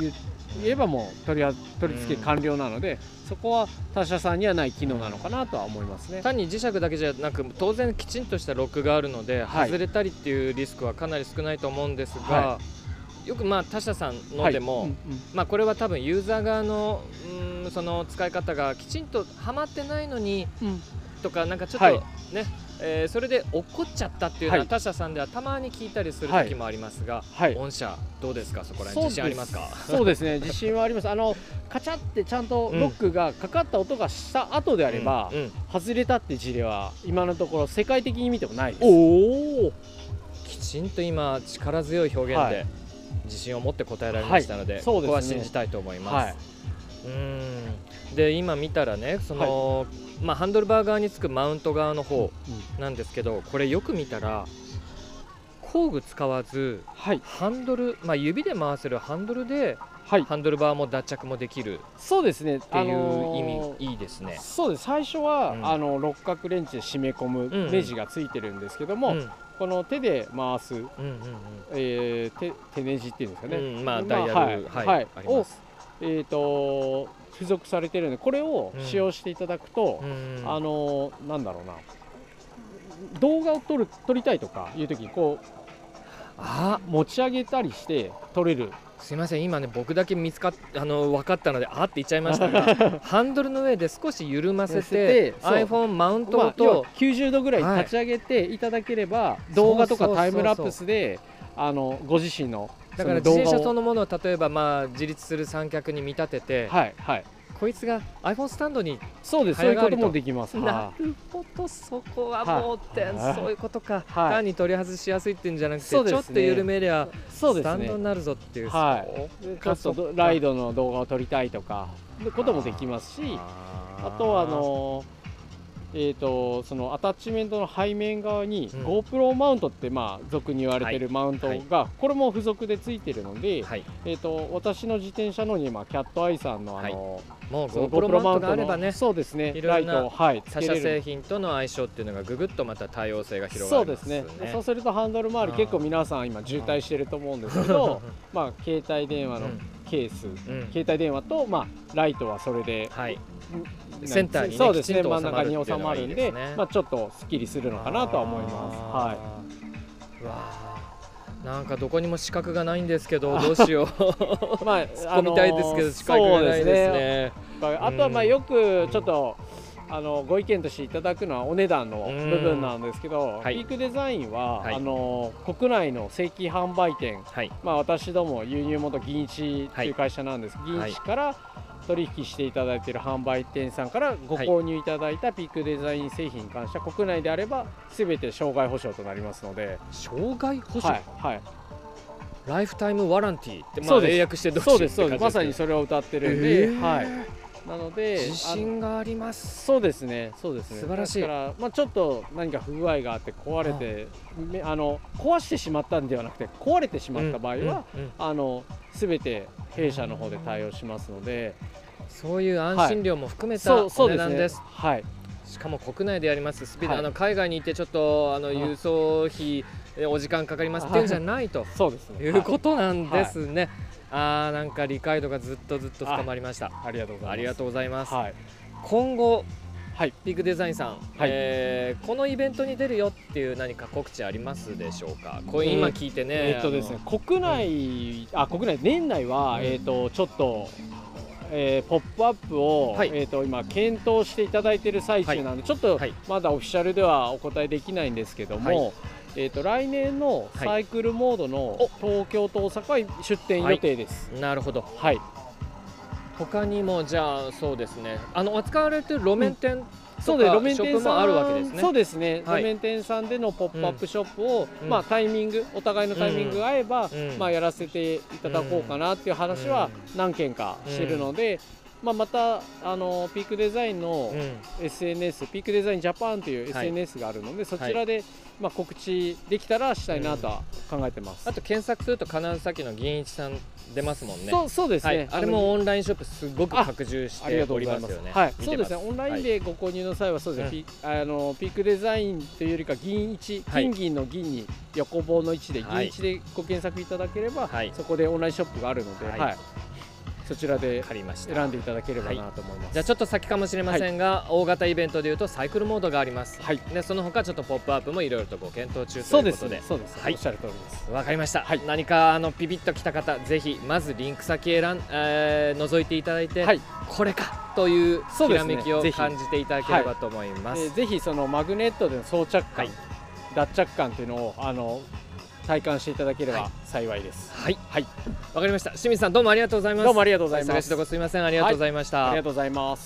言えばもう取り取り付け完了なので、うん、そこは他社さんにはない機能なのかなとは思いますね。 単に磁石だけじゃなく当然きちんとしたロックがあるので、はい、外れたりっていうリスクはかなり少ないと思うんですが、はい、よくまあ他社さんのでも、はいうんうんまあ、これは多分ユーザー側のうんその使い方がきちんとはまってないのに、うん、とかなんかちょっとね、はいえー、それで落っこっちゃったっていうのは他社さんではたまに聞いたりする時もありますが、はい、御社どうですか、そこら辺自信ありますか？ そうですね、自信はあります。あのカチャってちゃんとロックがかかった音がした後であれば、うんうん、外れたって事例は今のところ世界的に見てもないです。おお、 きちんと今力強い表現で自信を持って答えられましたので、はい、ここは信じたいと思います。はい、うんで今見たらね、その、はいまあ、ハンドルバー側につくマウント側の方なんですけど、うん、これよく見たら工具使わず、はい、ハンドル、まあ、指で回せるハンドルで、はい、ハンドルバーも脱着もできるそうですねっていう意味、あのー、いいですね。 そうです。最初は、うん、あの六角レンチで締め込むネジがついてるんですけども、うんうん、この手で回す、うんうんうんえー、手, 手ネジっていうんですかね、うんまあ、ダイヤル、まあはいはいはい、あります。えーと付属されているのでこれを使用していただくと、うん、あのなんだろうな動画を撮る撮りたいとかいう時にこうあ持ち上げたりして撮れる。 すいません今ね僕だけ見つかっあの分かったのであって言っちゃいましたがハンドルの上で少し緩ませて iPhone マウントと、 まあ、きゅうじゅうどぐらい立ち上げていただければ、はい、動画とかタイムラプスであのご自身のだから自転車そのものを例えばまあ自立する三脚に見立てて、 はいはい、 こいつが iPhone スタンドにそうですそういうこともできます。 なるほどそこは盲点、はい、そういうことか、はい、単に取り外しやすいっていうんじゃなくて、ね、ちょっと緩めりゃスタンドになるぞっていう、 はい、ちょっとライドの動画を撮りたいとかいうこともできますし、あとはあのえー、とそのアタッチメントの背面側に GoPro マウントってまあ俗に言われてるマウントがこれも付属でついてるので、えー、と私の自転車のに今キャットアイさんのあのもう GoPro マウントがあればね、 そうですね、 いろんな他社製品との相性っていうのがぐぐっとまた多様性が広がりますね。 そうですね。そうするとハンドル周り結構皆さん今渋滞してると思うんですけど、まあ携帯電話のケース、携帯電話とまあライトはそれで。 センターに、ね、 そうですね、真ん中に収まるんで、まあ、ちょっとすっきりするのかなとは思います。はい、 うわなんかどこにも資格がないんですけどどうしようまあ突っ込みたいですけど資格がないですね。 あとはまあよくちょっとあのご意見としていただくのはお値段の部分なんですけど、はい、ピークデザインは、はい、あの国内の正規販売店、はい、まあ私ども輸入元銀一という会社なんです、はい、銀一から取引していただいている販売店さんからご購入いただいたピークデザイン製品に関しては国内であれば全て障害保証となりますので。 障害保証、 はいはい、 ライフタイムワランティーってまあ英訳してどうしようって感じです。 そうです、まさにそれを歌ってるんで、えーはい、なので自信があります。 そうですね、そうですね。 素晴らしい。 だから、まあ、ちょっと何か不具合があって壊れて、あの壊してしまったんではなくて壊れてしまった場合は、うんうんうん、あの全て弊社の方で対応しますので。 そういう安心料も含めたお値段です。 はい、 しかも国内でやりますスピード、はい、あの海外に行ってちょっとあの輸送費お時間かかりますっていうんじゃないと、 そうですね、 いうことなんですね。はい、あーなんか理解度がずっとずっと深まりました。 ありがとうございます。 ありがとうございます。はい、今後、はい、ピークデザインさん、はいえー、このイベントに出るよっていう何か告知ありますでしょうか。これ今聞いてね、 えー、えーっとですね国内、うん、あ国内年内は、うん、えーっとちょっとえー、ポップアップを、はいえー、と今検討していただいている最中なので、はい、ちょっとまだオフィシャルではお答えできないんですけども、はいえー、と来年のサイクルモードの東京と大阪は出店予定です。 はい、なるほど、 はい、 他にもじゃあそうですねあの扱われている路面店、うんそうです路面店さんもあるわけですね。 そうですね、はい、路面店さんでのポップアップショップを、うんまあ、タイミングお互いのタイミングが合えば、うんまあ、やらせていただこうかなっていう話は何件かしてるので、まあ、またあのピークデザインの エスエヌエス、うん、ピークデザインジャパンという エスエヌエス があるので、はい、そちらで、まあ、告知できたらしたいなとは考えてます。 うん、あと検索すると必ずさっきの銀一さん出ますもんね。 そう、そうですね、 はい、あれもオンラインショップすごく拡充しておりますよね。 はい、そうですね。オンラインでご購入の際はそうですね、はい、あのピークデザインというよりか銀一、金銀の銀に横棒の位置で銀一でご検索いただければ、はい、そこでオンラインショップがあるので、はいはい、 そちらで借りました選んでいただければなと思います、はい、 じゃあちょっと先かもしれませんが、はい、大型イベントでいうとサイクルモードがあります、はい、でその他ちょっとポップアップもいろいろとご検討中ということで、 そうですそうです、はい、おっしゃる通りです。 わかりました、 はい、 何かあのピピッときた方ぜひまずリンク先選ん、えー、覗いていただいて、はい、これかというひらめきを感じていただければと思います。 ぜひ、はい、ぜひそのマグネットでの装着感、はい、脱着感というのをあの体感していただければ幸いです。 はい、はい、わかりました。清水さんどうもありがとうございます。 どうもありがとうございます。 どうもすみません、ありがとうございました。はい、 ありがとうございます。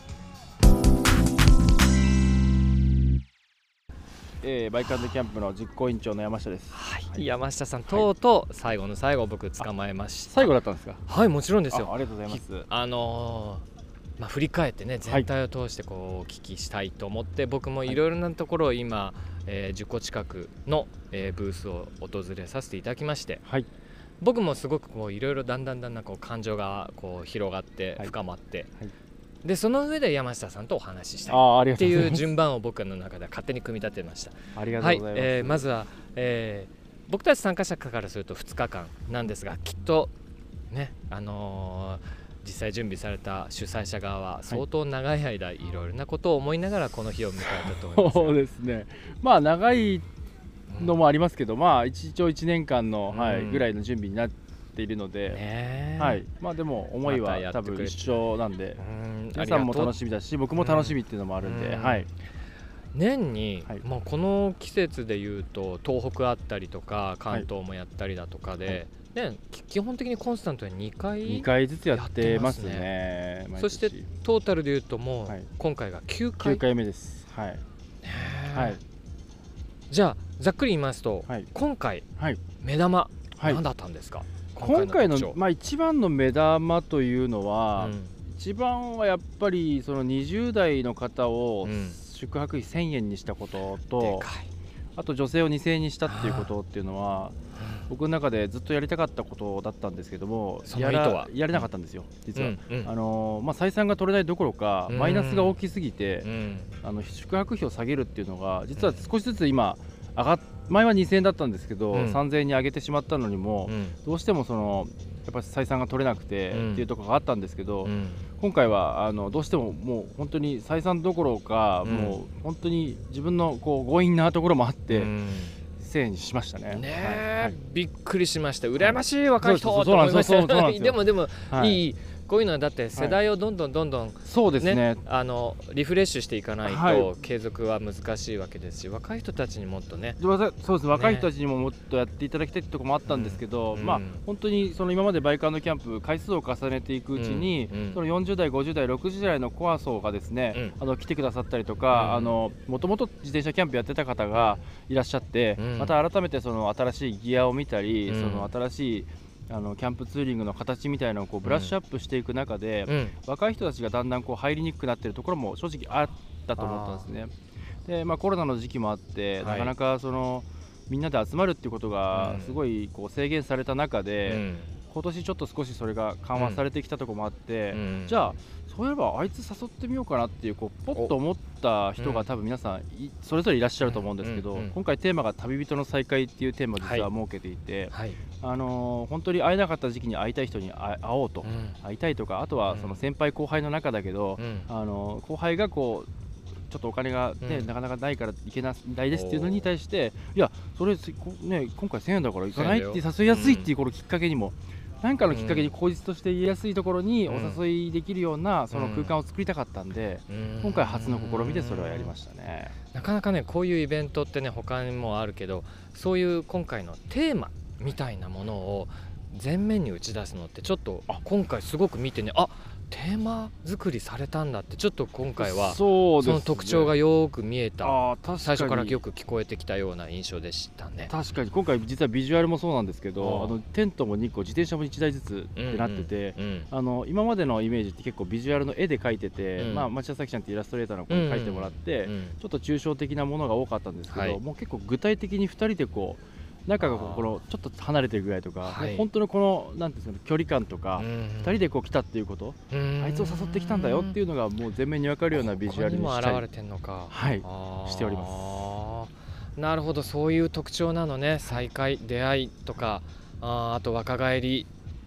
えー、バイク&キャンプの実行委員長の山下です。 はいはい、山下さん、とうとう最後の最後僕捕まえました。 最後だったんですか？ はい、もちろんですよ。 あ、ありがとうございます。 あのーまあ、振り返ってね、全体を通してこうお聞きしたいと思って、はい、僕もいろいろなところを今、えー、じゅっこ近くの、えー、ブースを訪れさせていただきまして、はい、僕もすごくこういろいろだんだんだんだんこう感情がこう広がって深まって、はいはい、でその上で山下さんとお話ししたいっていう順番を僕の中では勝手に組み立てました。 ありがとうございます。はい、えー、まずは、えー、僕たち参加者からするとふつかかんなんですが、きっとね、あのー実際準備された主催者側は相当長い間いろいろなことを思いながらこの日を迎えたと思います。 そうですね、まあ長いのもありますけど、うん、まあ一応いちねんかんの、はい、ぐらいの準備になっているので、ね、はい、まあでも思いは多分一緒なんで、うん、皆さんも楽しみだし僕も楽しみっていうのもあるんで、うん、はい、 年に、はい、まあ、この季節でいうと東北あったりとか関東もやったりだとかで、はいはいね、基本的にコンスタントににかいにかいずつやってますね。 そしてトータルでいうともう今回がきゅうかい、 きゅうかいめです。はい、 はい、じゃあざっくり言いますと、はい、今回、はい、目玉、はい、何だったんですか？ 今回 の, 今回の、まあ、一番の目玉というのは、うん、一番はやっぱりそのにじゅう代の方を宿泊費せんえんにしたことと、うん、あと女性をにせんえんにしたっていうことっていうのは僕の中でずっとやりたかったことだったんですけども、 その意図はやれなかったんですよ、うん、実は、うんうん、あのーまあ、採算が取れないどころか、うん、マイナスが大きすぎて、うん、あの宿泊費を下げるっていうのが実は少しずつ今上がっ前はにせんえんだったんですけど、うん、さんぜんえんに上げてしまったのにも、うん、どうしてもそのやっぱり採算が取れなくて、うん、っていうところがあったんですけど、うん、今回はあのどうしてももう本当に採算どころか、うん、もう本当に自分のこう強引なところもあって、うん、せんえんにしましたね。 ねえ、はい、びっくりしました。羨ましい若い人と思いました。でもでも、はい、いいこういうのはだって世代をどんどんどんどん、ね、 そうですね、 あのリフレッシュしていかないと継続は難しいわけですし、若い人たちにもっとね、 そうですね、若い人たちにももっとやっていただきたいってところもあったんですけど、うん、まあ本当にその今までバイク&キャンプ回数を重ねていくうちに、うんうん、そのよんじゅう代ごじゅう代ろくじゅう代のコア層がですね、うん、あの来てくださったりとか、うん、あのもともと自転車キャンプやってた方がいらっしゃって、うん、また改めてその新しいギアを見たり、うん、その新しいあのキャンプツーリングの形みたいなのをこうブラッシュアップしていく中で、うん、若い人たちがだんだんこう入りにくくなっているところも正直あったと思ったんですね。で、まあ、コロナの時期もあって、はい、なかなかそのみんなで集まるっていうことがすごいこう制限された中で、うん、今年ちょっと少しそれが緩和されてきたところもあって、うん、じゃあそういえばあいつ誘ってみようかなっていうこうポッと思った人が多分皆さんそれぞれいらっしゃると思うんですけど、今回テーマが旅人の再会っていうテーマを実は設けていて、はいはい、あのー、本当に会えなかった時期に会いたい人に会おうと、うん、会いたいとか、あとはその先輩後輩の中だけど、うん、あのー、後輩がこうちょっとお金が、ね、うん、なかなかないから行けないですっていうのに対して、いやそれ、ね、今回せんえんだから行かないって誘いやすいっていうこのきっかけにも、何かのきっかけに口実として言いやすいところにお誘いできるようなその空間を作りたかったんで、今回初の試みでそれをやりましたね。 なかなかねこういうイベントってね他にもあるけど、そういう今回のテーマみたいなものを前面に打ち出すのってちょっと今回すごく見てね、あテーマ作りされたんだってちょっと今回はその特徴がよく見えた、最初からよく聞こえてきたような印象でしたね。 確かに今回実はビジュアルもそうなんですけど、あのテントもにこ、自転車もいちだいずつってなってて、うんうんうん、あの今までのイメージって結構ビジュアルの絵で描いてて、うん、まあ、町田咲ちゃんってイラストレーターの子に描いてもらって、うんうん、ちょっと抽象的なものが多かったんですけど、はい、もう結構具体的にふたりでこう中がこのちょっと離れてるぐらいとか、はい、本当のこのなんていうんですかね、距離感とか、うん、ふたりでこう来たっていうこと、あいつを誘ってきたんだよっていうのがもう前面に分かるようなビジュアルにしたい、ここにも現れてんのか、はい、しております。 なるほど、そういう特徴なのね。再会、出会いとか、あ, あと若返り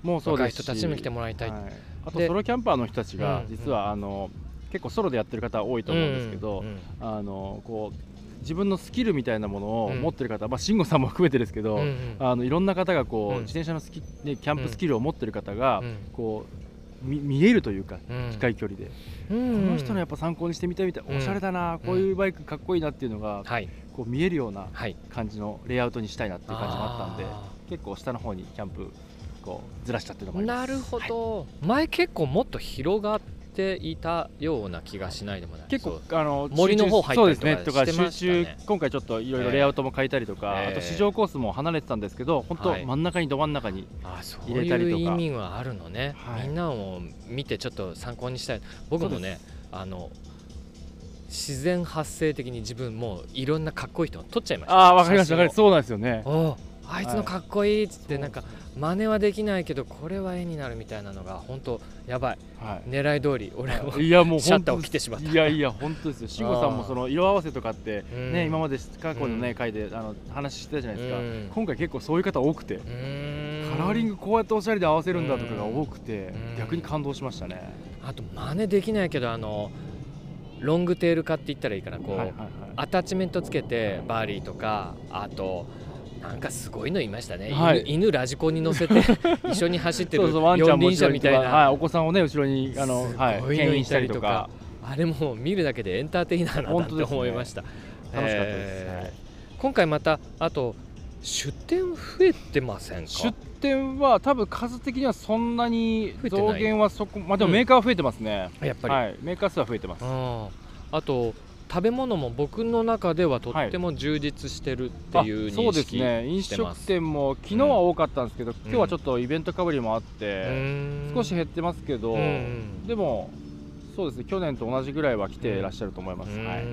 もうそうですし、 若い人たちにも来てもらいたい、 はい、あとソロキャンパーの人たちがうん実はあの、結構ソロでやってる方多いと思うんですけど、 うんうんあのこう自分のスキルみたいなものをうん持ってる方、まあ、慎吾さんも含めてですけど、 うんうんあのいろんな方がこう、 うん自転車のスキ、ね、キャンプスキルを持ってる方が、 うんこう見見えるというか、 うん近い距離で、 うんこの人のやっぱ参考にしてみたいみたい、 うんおしゃれだな、こういうバイクかっこいいなっていうのが、 はいこう見えるようなはい感じのレイアウトにしたいなっていう感じもあったんで、 あ結構下の方にキャンプこうずらしたっていうのもあーります。 なるほど、前結構もっと広がっていたような気がしないでもない。 結構そうあの森の方入ったりとかそうですねとかしてま集したね中、今回ちょっといろいろレイアウトも変えたりとか、 えーあと市場コースも離れてたんですけど、本当、 はい真ん中にど真ん中にあそう入れたりとかいう意味はあるのね、 はいみんなを見てちょっと参考にしたい。僕もねあの自然発生的に自分もいろんなかっこいい人を撮っちゃいました。 ああわかりましたわかります写そうなんですよね。 真をおあいつのかっこいいっつってなんか真似はできないけどこれは絵になるみたいなのが本当やばい、 は狙い通り俺もい、いやもうシャッターを本当切ってしまった。 いやいや本当ですよ。慎吾さんもその色合わせとかってうんね、今まで過去のね、 うん回であの話してたじゃないですか、 うん今回結構そういう方多くて、 うーんカラーリングこうやっておしゃれで合わせるんだとかが多くて、 うん逆に感動しましたね。 あと真似できないけどあのロングテール化って言ったらいいかな、こう、 はいはいはいアタッチメントつけてバーリーとか、あとなんかすごいのいましたね、 はい犬, 犬ラジコンに乗せて一緒に走ってるそうそうワンちゃんも四輪車みたいな、 はい、お子さんをね後ろにあのすはいごいのい牽引したたりとかりとか、 あれも見るだけでエンターテイナーなんだって本当ですね思いました。 楽しかったです、 えーはい今回またあと出店増えてませんか？ 出店は多分数的にはそんなに増えてない増減はそこ、まあ、でもメーカーは増えてますね、 やっぱり、 はい、メーカー数は増えてます。 ああと食べ物も僕の中ではとっても充実してるっていうあそうです認識ね、飲してます。 食店も昨日は多かったんですけど、今日はちょっとイベントかぶりもあっうて、 ーん少し減ってますけど、 うんうんでもそうですね、去年と同じぐらいは来ていらっしゃると思います。 うーんはいはい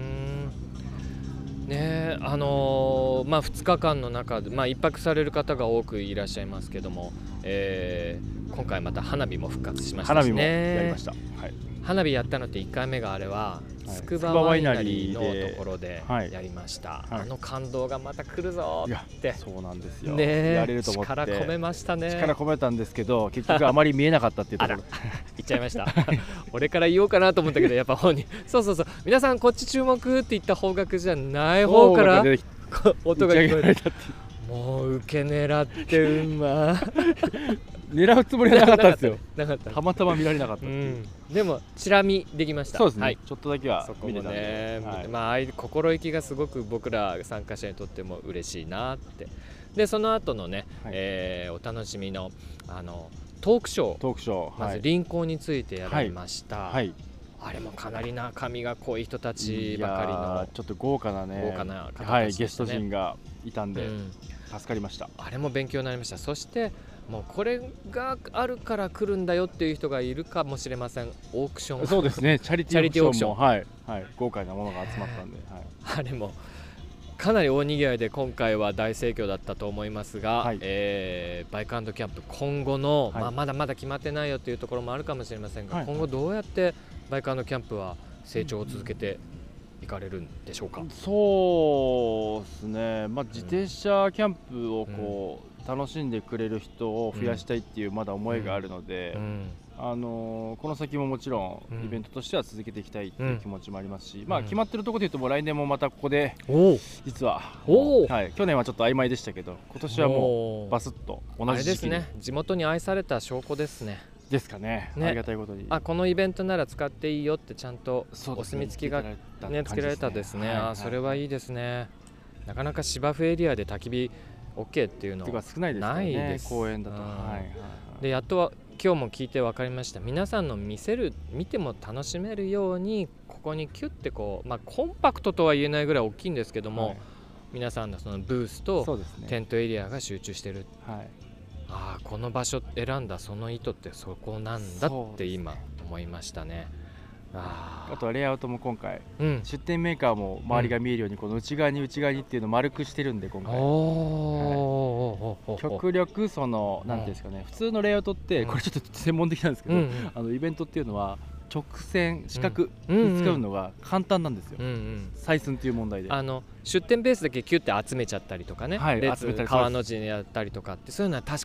ねえあのーまあふつかかんの中で、まあ、いっぱくされる方が多くいらっしゃいますけども、えー今回また花火も復活しましたしね。 花火もやりました。はい花火やったのっていっかいめがあれははいつくばワイナリーつくばワイナリーでのところではいやりました、 はいあの感動がまた来るぞいやってそうなんですよ、 ねえやれると思って力込めましたね。 力込めたんですけど、結局あまり見えなかったっていうところ。 言っちゃいました俺から言おうかなと思ったけどやっぱ本人そうそうそう皆さんこっち注目って言った方角じゃない方から出てき音が聞こえて打ち上げられたっていうもう受け狙ってうんま狙うつもりはなかったんですよ。 なかったたまたま見られなかったっうていう。 んでもチラ見できました。 そうですね、 はい、 ちょっとだけはそこも見れたんで、 ね、 はいまあああいう心意気がすごく僕ら参加者にとっても嬉しいなってでその後のね、 はいえーお楽しみのあのトークショートークショー、 まず輪行についてやられました、 はい、 あれもかなり中身が濃い人たちいばかりやーのちょっと豪華なね、 豪華な方たちでしたねはい、ゲスト陣がいたんで、 うん助かりました。 あれも勉強になりました。そしてもうこれがあるから来るんだよっていう人がいるかもしれません。オークションそうですね、チャリティーオークションもチャリティーオークションはい、はい、豪華なものが集まったんで、はい、 あれもかなり大にぎわいで今回は大盛況だったと思いますが、 はいえーバイク&キャンプ今後の、 はいまあ、まだまだ決まってないよというところもあるかもしれませんが、 はい今後どうやってバイク&キャンプは成長を続けていかれるんでしょうか。 そうですね、まあ、自転車キャンプをこう、楽しんでくれる人を増やしたいっていうまだ思いがあるので、 うんあのーこの先ももちろうんんイベントとしては続けていきたいっていう気持ちもありますし、 んまあ、決まってるところでいうともう来年もまたここでおー実は、 おーはい、去年はちょっと曖昧でしたけど今年はももうバスッと同あれですじ時期にね地元に愛された証拠ですね。 ですかね、 ねありがたいことに。 あこのイベントなら使っていいよってちゃんとおそうですね墨付きがつけられね、 たつけられたですね、 はいあそれはいいですね。なかなか芝生エリアで焚き火 OK っていうのとか少ないですからないねです公園だと、 うんはいはいはいでやっとは今日も聞いて分かりました。皆さんの見せる見ても楽しめるようにここにキュッてこう、まあ、コンパクトとは言えないぐらい大きいんですけども、 はい皆さんのそのブースそとうですねテントエリアが集中してる、 はいああこの場所選んだその意図ってそこなんだって今思いましたね。ああとはレイアウトも今回うん出店メーカーも周りが見えるようにこの内側に内側にっていうのを丸くしてるんで今回おー極力そのうんなんていうんですかね普通のレイアウトってうんこれちょっと専門的なんですけどうんうんあのイベントっていうのは直線四角うんに使うのが簡単なんですようんうん採寸っていう問題であの出店ベースだけキュッて集めちゃったりとかね、 はい列集めたり川の字にやったりとかってそういうのは確かに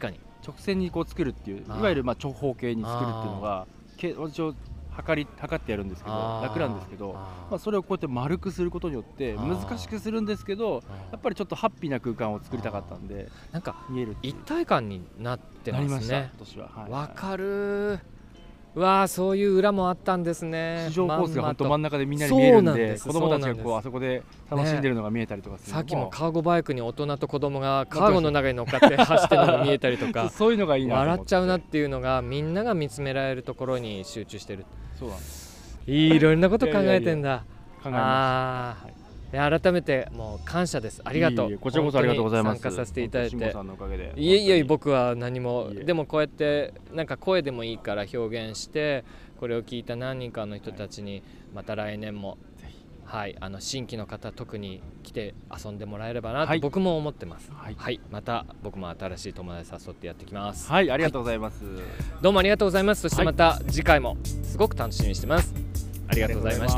直線にこう作るっていう、いわゆるまあ長方形に作るっていうのが一応測り測ってやるんですけど楽なんですけど、まあ、それをこうやって丸くすることによって難しくするんですけど、やっぱりちょっとハッピーな空間を作りたかったんで、 なんか見える一体感になってますね。 なりました今年は。 わ、はい、かる。うわー、そういう裏もあったんですね。 市場コースが本当真ん中でみんなに見えるんで、子供たちがこうあそこで楽しんでるのが見えたりとかする、ね、 さっきもカーゴバイクに大人と子供がカーゴの中に乗っかって走ってるのが見えたりとかそういうのがいいなと思って、 笑っちゃうなっていうのがみんなが見つめられるところに集中してる。 そうなんです。 いろんなこと考えてんだ。いやいやいや考えました。 あー、改めてもう感謝です。ありがとう。 いいこちらこそありがとうございます。 参加させていただいて。 慎吾さんのおかげで。 いえいえ、僕は何も。 いえでもこうやってなんか声でもいいから表現して、これを聞いた何人かの人たちにまた来年も、はい、あの新規の方特に来て遊んでもらえればなと僕も思ってます。はい、はい、また僕も新しい友達誘ってやってきます。 はい、ありがとうございます。 はい、どうもありがとうございます。そしてまた次回もすごく楽しみにしてます。ありがとうございました。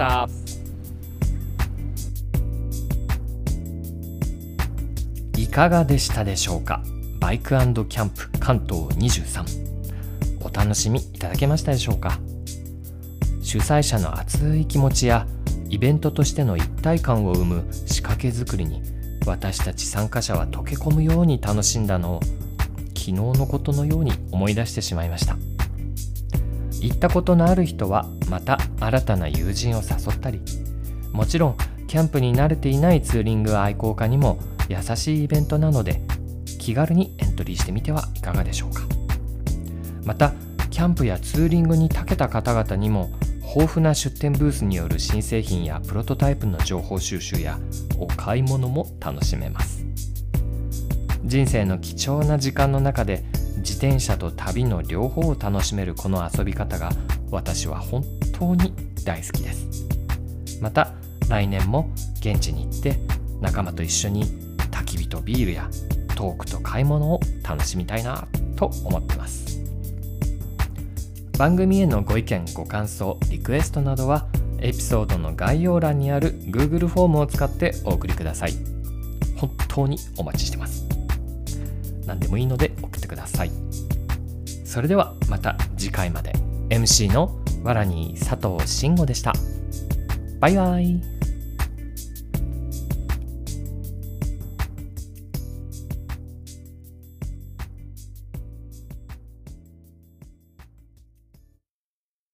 いかがでしたでしょうか。バイク&キャンプ関東にじゅうさん、お楽しみいただけましたでしょうか。主催者の熱い気持ちやイベントとしての一体感を生む仕掛け作りに私たち参加者は溶け込むように楽しんだのを昨日のことのように思い出してしまいました。行ったことのある人はまた新たな友人を誘ったり、もちろんキャンプに慣れていないツーリング愛好家にも優しいイベントなので気軽にエントリーしてみてはいかがでしょうか。またキャンプやツーリングに長けた方々にも豊富な出店ブースによる新製品やプロトタイプの情報収集やお買い物も楽しめます。人生の貴重な時間の中で自転車と旅の両方を楽しめるこの遊び方が私は本当に大好きです。また来年も現地に行って仲間と一緒に焚き火とビールやトークと買い物を楽しみたいなと思ってます。番組へのご意見ご感想リクエストなどはエピソードの概要欄にある Google フォームを使ってお送りください。本当にお待ちしてます。何でもいいので送ってください。それではまた次回まで。 エムシー のわらに佐藤慎吾でした。バイバイ。